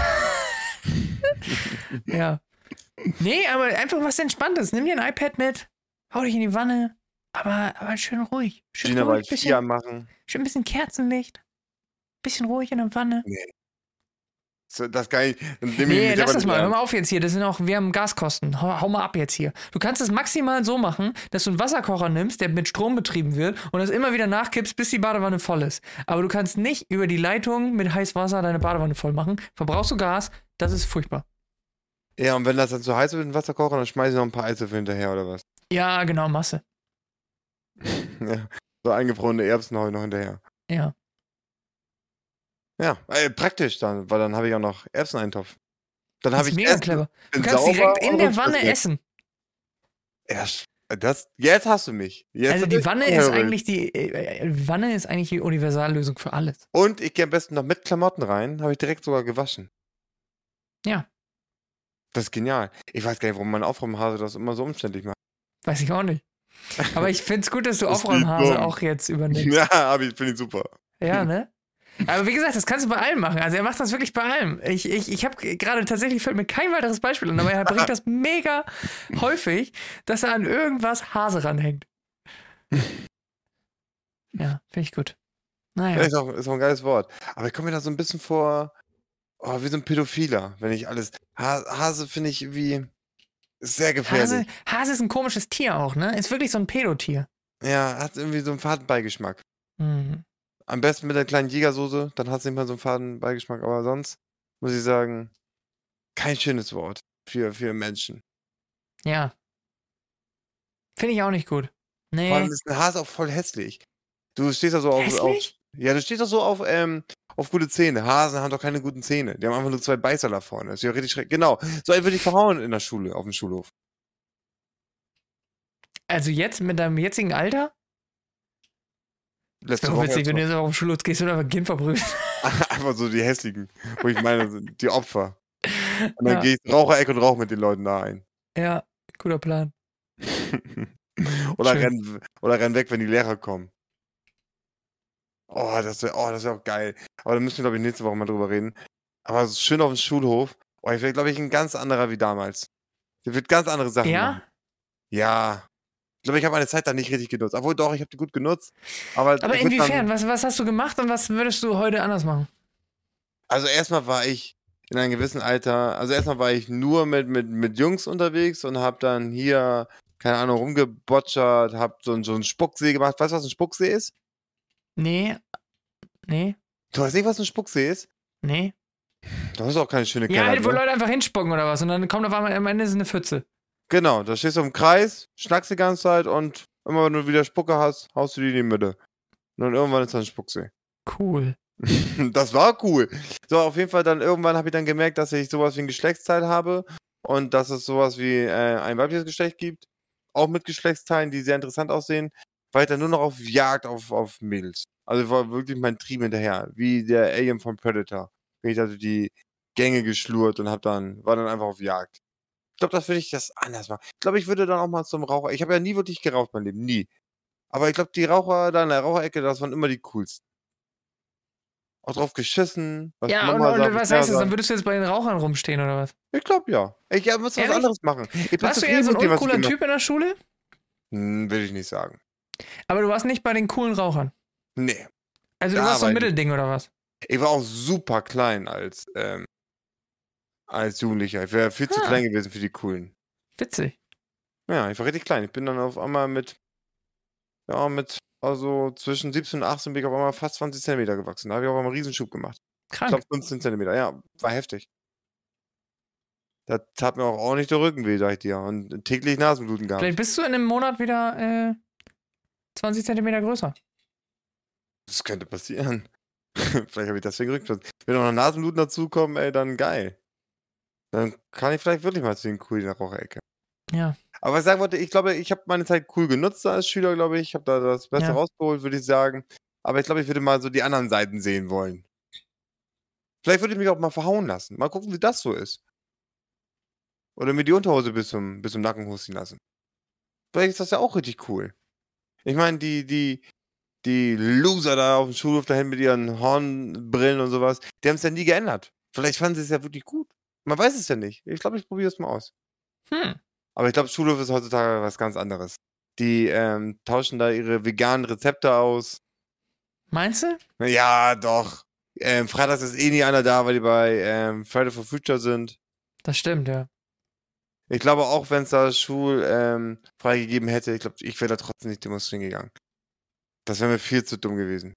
Ja. Nee, aber einfach was Entspanntes. Nimm dir ein iPad mit, hau dich in die Wanne, aber schön ruhig. Schön
Gina
ruhig,
Wald 4 anmachen.
schön ein bisschen Kerzenlicht, bisschen ruhig in der Wanne.
Nee. Das kann ich. Dann nehme ich
Nee,
mich
lass
aber
das
nicht
mal, hör
ernst.
mal auf jetzt hier, wir haben Gaskosten. Hau mal ab jetzt hier. Du kannst es maximal so machen, dass du einen Wasserkocher nimmst, der mit Strom betrieben wird und das immer wieder nachkippst, bis die Badewanne voll ist. Aber du kannst nicht über die Leitung mit heißem Wasser deine Badewanne voll machen. Verbrauchst du Gas, das ist furchtbar.
Ja, und wenn das dann zu heiß wird mit dem Wasserkocher, dann schmeiße ich noch ein paar Eiswürfel hinterher oder was?
Ja, genau, Masse.
Ja, so eingefrorene Erbsen hau ich noch hinterher.
Ja.
Ja, praktisch dann, weil dann habe ich auch noch Erbseneintopf. Dann habe
Das ist
ich
mega
Essen,
clever. Du
bin
kannst
sauber
direkt in
und
der Wanne
Rückenschmerzen weg.
essen.
Ja, Jetzt hast du mich. Jetzt
Also
hast
die
du
Wanne
mich
ist
angeholt.
eigentlich Wanne ist eigentlich die Universallösung für alles.
Und ich gehe am besten noch mit Klamotten rein. Habe ich direkt sogar gewaschen.
Ja,
Das ist genial. Ich weiß gar nicht, warum mein Aufräumhase das immer so umständlich macht.
weiß ich auch nicht. Aber ich find's gut, dass du
Das ist wie
Aufräumhase
dumm.
auch jetzt übernimmst.
Ja, finde ich super.
Ja, ne? Aber wie gesagt, das kannst du bei allem machen. Also er macht das wirklich bei allem. Ich habe gerade tatsächlich, fällt mir kein weiteres Beispiel an, aber er bringt das mega häufig, dass er an irgendwas Hase ranhängt. Ja, finde ich gut.
Ja,
Naja.
ist auch ein geiles Wort. Aber ich komme mir da so ein bisschen vor, wie so ein Pädophiler, wenn ich alles. Hase finde ich irgendwie sehr gefährlich.
Hase ist ein komisches Tier auch, ne? Ist wirklich so ein Pädotier.
Ja, hat irgendwie so einen Fadenbeigeschmack.
Mhm.
Am besten mit der kleinen Jägersoße, dann hat es nicht mal so einen Fadenbeigeschmack. Aber sonst muss ich sagen, kein schönes Wort für Menschen.
Ja. Finde ich auch nicht gut.
Vor allem
Nee.
ist ein Hase auch voll hässlich. Du stehst da so
Hässlich?
ja, du stehst da so auf gute Zähne. Hasen haben doch keine guten Zähne. Die haben einfach nur 2 Beißer da vorne. Das ist ja richtig schrecklich. Genau. So einen würde ich verhauen in der Schule, auf dem Schulhof.
Also jetzt mit deinem jetzigen Alter? Das
Letzte
wäre auch
Woche
witzig,
erst
wenn du
noch.
jetzt auf den Schulhof gehst und einfach ein Kind verprügelst.
Einfach so die hässlichen, wo ich meine, sind die Opfer. Und dann
Ja,
gehe ich Raucherecke und rauche mit den Leuten da ein.
ja, guter Plan.
Oder
Schön.
renn weg, wenn die Lehrer kommen. Das wär auch geil. Aber da müssen wir, glaube ich, nächste Woche mal drüber reden. Aber so schön auf dem Schulhof. Oh, ich wäre, glaube ich, ein ganz anderer wie damals. Der wird ganz andere Sachen machen.
Ja?
Ja. Ich glaube, ich habe meine Zeit da nicht richtig genutzt. Obwohl doch, ich habe die gut genutzt. Aber
Aber
ich würde
inwiefern?
dann.
Was hast du gemacht und was würdest du heute anders machen?
Also erstmal war ich in einem gewissen Alter, also erstmal war ich nur mit Jungs unterwegs und habe dann hier, keine Ahnung, rumgebotschert, habe so einen Spucksee gemacht. Weißt du, was ein Spucksee ist?
Nee, nee,
Du weißt nicht, was ein Spucksee ist?
nee.
Das ist auch keine schöne
Ja,
Kellert,
halt, wo
ne?
Leute einfach hinspucken oder was und dann kommt auf einmal am Ende ist eine Pfütze.
Genau, da stehst du im Kreis, schnackst die ganze Zeit und immer wenn du wieder Spucke hast, haust du die in die Mitte. Und dann irgendwann ist das ein Spucksee.
Cool.
Das war cool. So, auf jeden Fall dann irgendwann habe ich dann gemerkt, dass ich sowas wie ein Geschlechtsteil habe und dass es sowas wie ein weibliches Geschlecht gibt, auch mit Geschlechtsteilen, die sehr interessant aussehen, war ich dann nur noch auf Jagd auf Mädels. Also war wirklich mein Trieb hinterher, wie der Alien von Predator. Bin ich also die Gänge geschlurrt und war dann einfach auf Jagd. Ich glaube, das würde ich das anders machen. Ich glaube, ich würde dann auch mal zum Raucher. Ich habe ja nie wirklich geraucht mein Leben, nie. Aber ich glaube, die Raucher da in der Raucherecke, das waren immer die coolsten. Auch drauf geschissen, was
Ja,
Mama sagt,
und
was
was
Papa
heißt das? Dann
sagt.
würdest du jetzt bei den Rauchern rumstehen oder was?
Ich glaube ja. Ich muss was
Ehrlich?
anderes machen. Ich bin
Warst du eher
zufrieden
so ein
mit dem, was ich
uncooler
gemacht
Typ in der Schule?
will ich nicht sagen.
Aber du warst nicht bei den coolen Rauchern.
Nee,
Also du
da
warst so
war
ein
ich nicht.
Mittelding oder was?
Ich war auch super klein als Jugendlicher. Ich wäre viel zu
Ah,
klein gewesen für die Coolen.
witzig.
Ja, ich war richtig klein. Ich bin dann auf einmal also zwischen 17 und 18 bin ich auf einmal fast 20 Zentimeter gewachsen. Da habe ich auf einmal einen Riesenschub gemacht. Ich
Krank.
glaube 15 Zentimeter. Ja, war heftig. Da tat mir auch ordentlich der Rücken weh, sag ich dir. Und täglich Nasenbluten gehabt.
Vielleicht bist du in einem Monat wieder 20 Zentimeter größer.
Das könnte passieren. Vielleicht habe ich deswegen Rückenschmerzen. Wenn noch Nasenbluten dazukommen, ey, dann geil. Dann kann ich vielleicht wirklich mal zu den Coolen in der Raucherecke.
Ja,
Aber was ich sagen wollte, ich glaube, ich habe meine Zeit cool genutzt als Schüler, glaube ich. Ich habe da das Beste
ja.
rausgeholt, würde ich sagen. Aber ich glaube, ich würde mal so die anderen Seiten sehen wollen. Vielleicht würde ich mich auch mal verhauen lassen. Mal gucken, wie das so ist. Oder mir die Unterhose bis zum Nacken husten lassen. Vielleicht ist das ja auch richtig cool. Ich meine, die Loser da auf dem Schulhof dahin mit ihren Hornbrillen und sowas, die haben es ja nie geändert. Vielleicht fanden sie es ja wirklich gut. Man weiß es ja nicht. Ich glaube, ich probiere es mal aus.
Hm.
Aber ich glaube, Schulhof ist heutzutage was ganz anderes. Die tauschen da ihre veganen Rezepte aus.
Meinst du?
Ja, doch. Freitags ist eh nie einer da, weil die bei Friday for Future sind.
Das stimmt, ja.
Ich glaube, auch wenn es da freigegeben hätte, ich glaube, ich wäre da trotzdem nicht demonstrieren gegangen. Das wäre mir viel zu dumm gewesen.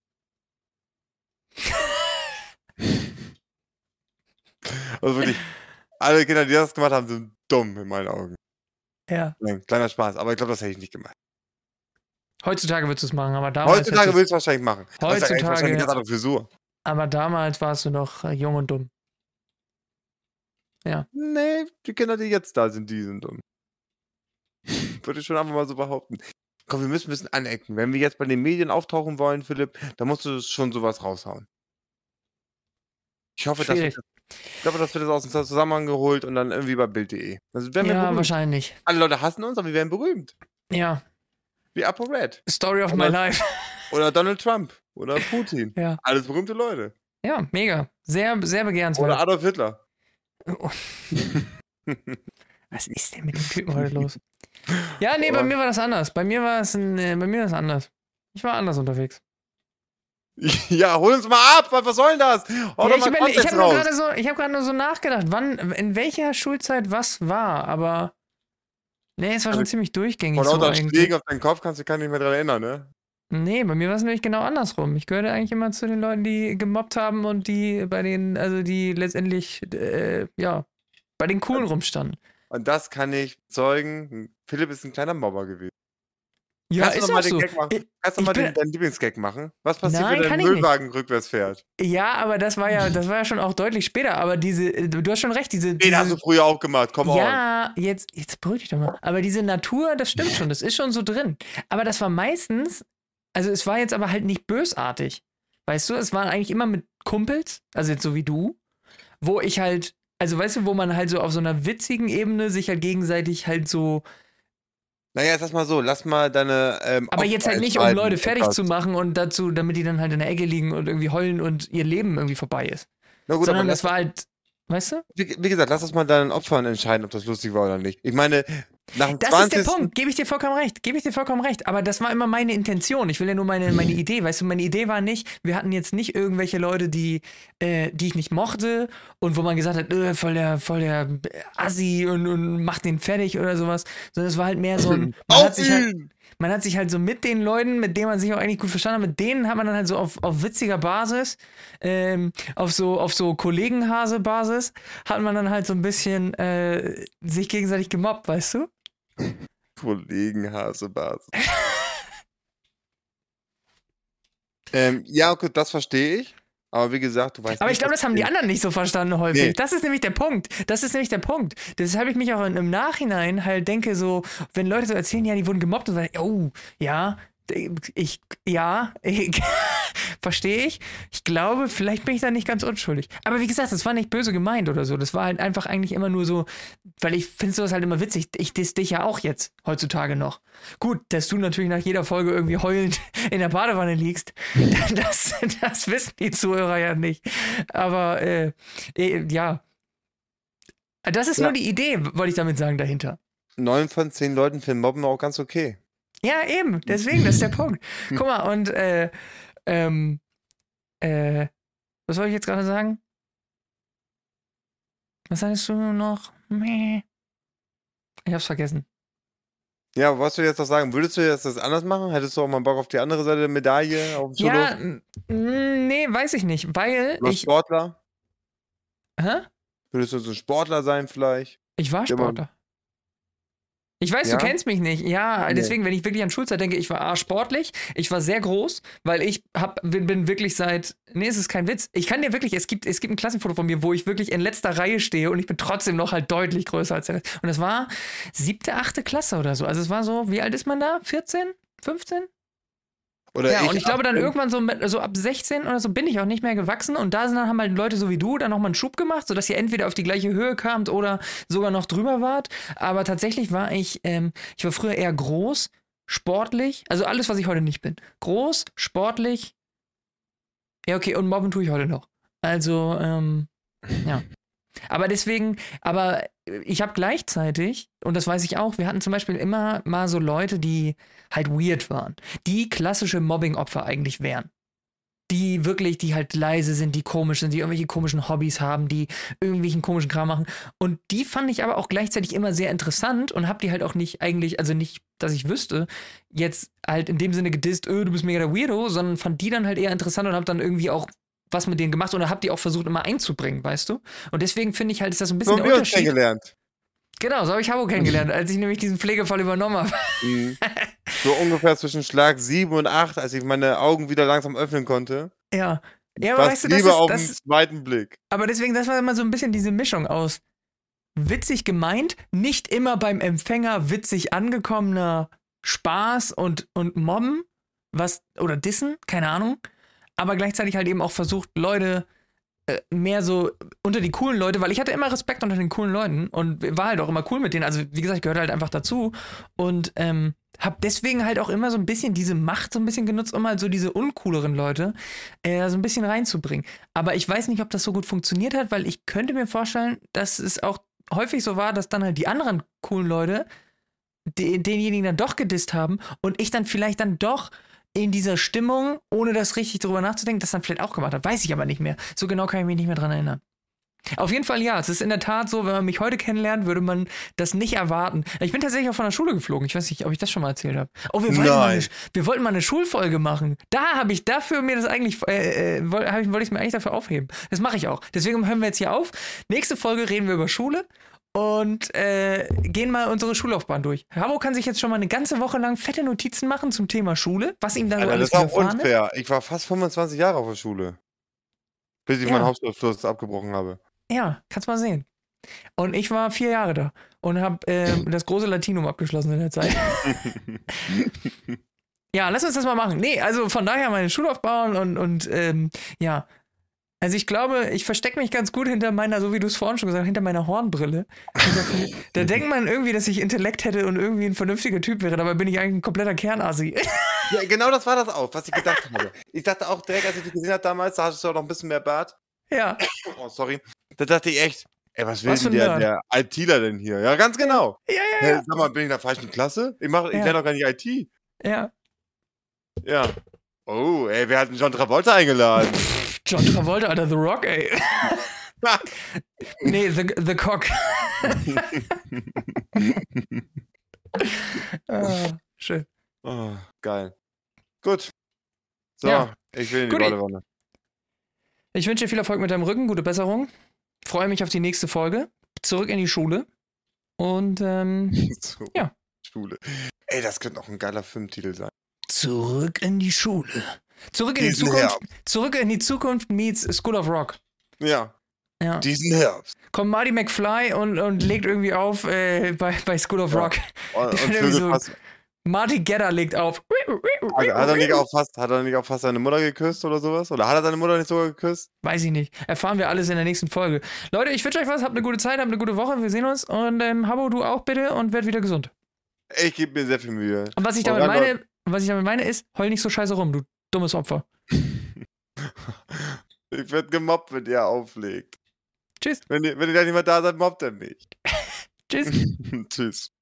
Also wirklich, alle Kinder, die das gemacht haben, sind dumm in meinen Augen.
Ja.
Nein, kleiner Spaß, aber ich glaube, das hätte ich nicht gemacht.
Heutzutage würdest du es machen, aber damals.
Heutzutage willst du es wahrscheinlich machen. Das ist ja echt wahrscheinlich eine
Heutzutage.
ganz andere Frisur.
Aber damals warst du noch jung und dumm. Ja.
Nee, die Kinder, die jetzt da sind, die sind dumm. Würde ich schon einfach mal so behaupten. Komm, wir müssen ein bisschen anecken. Wenn wir jetzt bei den Medien auftauchen wollen, Philipp, dann musst du schon sowas raushauen. Ich hoffe, dass wir
Schwierig.
das ich glaube, das wird jetzt aus dem Zusammenhang geholt und dann irgendwie bei Bild.de. Also werden wir
Ja,
berühmt.
wahrscheinlich.
Alle Leute hassen uns, aber wir werden berühmt.
Ja.
Wie ApoRed.
Story of my life.
Oder Donald Trump. Oder Putin.
Ja.
Alles berühmte Leute.
Ja, mega. Sehr, sehr begehrenswert.
Oder Adolf Hitler.
Oh. Was ist denn mit dem Typen heute los? Ja, nee, bei mir war das anders. Bei mir war es anders. Ich war anders unterwegs.
Ja, hol uns mal ab, was soll denn das?
Ja, ich habe gerade nur so nachgedacht, wann, in welcher Schulzeit was war, aber nee, es war schon ziemlich durchgängig.
Von lauter Schlägen auf deinen Kopf kannst du dich nicht mehr dran erinnern, ne?
Nee, bei mir war es nämlich genau andersrum. Ich gehörte eigentlich immer zu den Leuten, die gemobbt haben und die bei denen, also die letztendlich, bei den Coolen rumstanden.
Und das kann ich bezeugen. Philipp ist ein kleiner Mobber gewesen.
Ja,
kannst du noch mal den Gag machen? Kannst du mal deinen Lieblingsgag machen? Was passiert, wenn der Müllwagen rückwärts fährt?
Ja, aber das war ja schon auch deutlich später. Aber du hast schon recht,
Den hast du früher auch gemacht, komm on.
Ja, jetzt beruhig dich doch mal. Aber diese Natur, das stimmt schon, das ist schon so drin. Aber das war meistens, also es war jetzt aber halt nicht bösartig. Weißt du, es war eigentlich immer mit Kumpels, also jetzt so wie du, wo ich halt, also weißt du, wo man halt so auf so einer witzigen Ebene sich halt gegenseitig halt so.
Naja, jetzt mal so, lass mal deine.
Aber jetzt halt nicht, um Leute fertig zu machen und dazu, damit die dann halt in der Ecke liegen und irgendwie heulen und ihr Leben irgendwie vorbei ist. Na gut, sondern das war halt, weißt du?
Wie gesagt, lass uns mal deinen Opfern entscheiden, ob das lustig war oder nicht. Ich meine, nach dem 20.
Das ist der Punkt, gebe ich dir vollkommen recht. Aber das war immer meine Intention. Ich will ja nur meine Idee, weißt du, meine Idee war nicht, wir hatten jetzt nicht irgendwelche Leute, die ich nicht mochte und wo man gesagt hat, voll der Assi und macht den fertig oder sowas, sondern es war halt mehr so ein, man hat sich halt so mit den Leuten, mit denen man sich auch eigentlich gut verstanden hat, mit denen hat man dann halt so auf witziger Basis, auf so Kollegenhase-Basis, hat man dann halt so ein bisschen sich gegenseitig gemobbt, weißt du?
Kollegenhase-Basis. Ja, gut, das verstehe ich. Aber wie gesagt, du weißt.
Aber ich glaube, das haben die anderen nicht so verstanden häufig. Nee. Das ist nämlich der Punkt. Deshalb ich mich auch im Nachhinein halt denke, so, wenn Leute so erzählen, ja, die wurden gemobbt und sagen, oh, ja, verstehe ich. Ich glaube, vielleicht bin ich da nicht ganz unschuldig. Aber wie gesagt, das war nicht böse gemeint oder so. Das war halt einfach eigentlich immer nur so, weil ich finde sowas halt immer witzig. Ich diss dich ja auch jetzt, heutzutage noch. Gut, dass du natürlich nach jeder Folge irgendwie heulend in der Badewanne liegst, das wissen die Zuhörer ja nicht. Aber, ja. Das ist nur die Idee, wollte ich damit sagen, dahinter.
9 von 10 Leuten finden Mobben auch ganz okay.
Ja, eben, deswegen, das ist der Punkt. Guck mal, und was soll ich jetzt gerade sagen? Was sagst du noch? Ich hab's vergessen.
Ja, was du jetzt noch sagen? Würdest du jetzt das anders machen? Hättest du auch mal Bock auf die andere Seite der Medaille? Auf dem
ja, nee, weiß ich nicht, weil
ich... Sportler?
Hä?
Würdest du so ein Sportler sein vielleicht?
Ich war Sportler. Ich weiß, du kennst mich nicht. Ja, deswegen, wenn ich wirklich an Schulzeit denke, ich war sportlich, ich war sehr groß, weil ich bin wirklich nee, es ist kein Witz. Ich kann dir wirklich, es gibt ein Klassenfoto von mir, wo ich wirklich in letzter Reihe stehe und ich bin trotzdem noch halt deutlich größer als der Rest. Und das war 7., 8. Klasse oder so. Also es war so, wie alt ist man da? 14? 15? Oder ja, und ich glaube dann irgendwann so ab 16 oder so bin ich auch nicht mehr gewachsen und da haben halt Leute so wie du dann nochmal einen Schub gemacht, sodass ihr entweder auf die gleiche Höhe kamt oder sogar noch drüber wart. Aber tatsächlich war ich war früher eher groß, sportlich, also alles, was ich heute nicht bin. Groß, sportlich, ja okay, und mobben tue ich heute noch. Also, ja. Aber ich habe gleichzeitig, und das weiß ich auch, wir hatten zum Beispiel immer mal so Leute, die halt weird waren. Die klassische Mobbing-Opfer eigentlich wären. Die halt leise sind, die komisch sind, die irgendwelche komischen Hobbys haben, die irgendwelchen komischen Kram machen. Und die fand ich aber auch gleichzeitig immer sehr interessant und hab die halt auch nicht eigentlich, also nicht, dass ich wüsste, jetzt halt in dem Sinne gedisst, du bist mega der Weirdo, sondern fand die dann halt eher interessant und hab dann irgendwie auch was mit denen gemacht oder habt ihr auch versucht immer einzubringen, weißt du? Und deswegen finde ich halt, ist das so ein bisschen der Unterschied. So
kennengelernt.
Genau, so habe ich Habo kennengelernt, als ich nämlich diesen Pflegefall übernommen habe.
So ungefähr zwischen Schlag 7 und 8, als ich meine Augen wieder langsam öffnen konnte.
Ja. Ja, aber weißt du,
Liebe auf den zweiten Blick.
Aber deswegen, das war immer so ein bisschen diese Mischung aus witzig gemeint, nicht immer beim Empfänger witzig angekommener Spaß und Mobben, oder Dissen, keine Ahnung, aber gleichzeitig halt eben auch versucht, Leute mehr so unter die coolen Leute, weil ich hatte immer Respekt unter den coolen Leuten und war halt auch immer cool mit denen, also wie gesagt, ich gehörte halt einfach dazu und hab deswegen halt auch immer so ein bisschen diese Macht so ein bisschen genutzt, um halt so diese uncooleren Leute so ein bisschen reinzubringen. Aber ich weiß nicht, ob das so gut funktioniert hat, weil ich könnte mir vorstellen, dass es auch häufig so war, dass dann halt die anderen coolen Leute denjenigen dann doch gedisst haben und ich dann vielleicht dann doch in dieser Stimmung, ohne das richtig drüber nachzudenken, das dann vielleicht auch gemacht hat. Weiß ich aber nicht mehr. So genau kann ich mich nicht mehr dran erinnern. Auf jeden Fall ja, es ist in der Tat so, wenn man mich heute kennenlernt, würde man das nicht erwarten. Ich bin tatsächlich auch von der Schule geflogen. Ich weiß nicht, ob ich das schon mal erzählt habe. Oh, wir wollten mal eine Schulfolge machen. Dafür mir das eigentlich, wollte ich mir eigentlich dafür aufheben. Das mache ich auch. Deswegen hören wir jetzt hier auf. Nächste Folge reden wir über Schule und gehen mal unsere Schullaufbahn durch. Habo kann sich jetzt schon mal eine ganze Woche lang fette Notizen machen zum Thema Schule, was ihm dann so alles
widerfahren ist. Das ist auch unfair. Ich war fast 25 Jahre auf der Schule. Bis ich meinen Hauptschulabschluss abgebrochen habe.
Ja, kannst mal sehen. Und ich war 4 Jahre da und habe das große Latinum abgeschlossen in der Zeit. Ja, lass uns das mal machen. Nee, also von daher meine Schullaufbahn und ja. Also ich glaube, ich verstecke mich ganz gut hinter meiner, so wie du es vorhin schon gesagt hast, hinter meiner Hornbrille. Da denkt man irgendwie, dass ich Intellekt hätte und irgendwie ein vernünftiger Typ wäre, dabei bin ich eigentlich ein kompletter Kernasi.
Ja, genau das war das auch, was ich gedacht habe. Ich dachte auch direkt, als ich dich gesehen habe damals, da hattest du auch noch ein bisschen mehr Bart.
Ja.
Oh, sorry. Da dachte ich echt, ey, was will denn der ITler denn hier? Ja, ganz genau.
Ja.
Hey, sag mal, bin ich in der falschen Klasse? Ich lerne doch gar nicht IT.
Ja.
Ja. Oh, ey, wer hat denn John Travolta eingeladen?
John Travolta, Alter, The Rock, ey. Nee, The Cock. Schön.
Oh, geil. Gut. So,
ja.
Ich will in die Badewanne.
Ich wünsche dir viel Erfolg mit deinem Rücken, gute Besserung. Freue mich auf die nächste Folge. Zurück in die Schule. Und, ja.
Schule. Ey, das könnte auch ein geiler Filmtitel sein.
Zurück in die Schule. Zurück in die Zukunft. Herbst. Zurück in die Zukunft meets School of Rock.
Ja. Diesen Herbst.
Kommt Marty McFly und legt irgendwie auf bei School of Rock.
Und
Marty Gedder legt auf.
Hat er nicht auch fast seine Mutter geküsst oder sowas? Oder hat er seine Mutter nicht sogar geküsst?
Weiß ich nicht. Erfahren wir alles in der nächsten Folge. Leute, ich wünsche euch was. Habt eine gute Zeit, habt eine gute Woche. Wir sehen uns. Und Habbo, du auch bitte und werd wieder gesund.
Ich gebe mir sehr viel Mühe.
Und was ich damit meine ist, heul nicht so scheiße rum, du dummes Opfer.
Ich werde gemobbt, wenn ihr auflegt.
Tschüss.
Wenn ihr da nicht mehr da seid, mobbt er mich.
Tschüss.
Tschüss.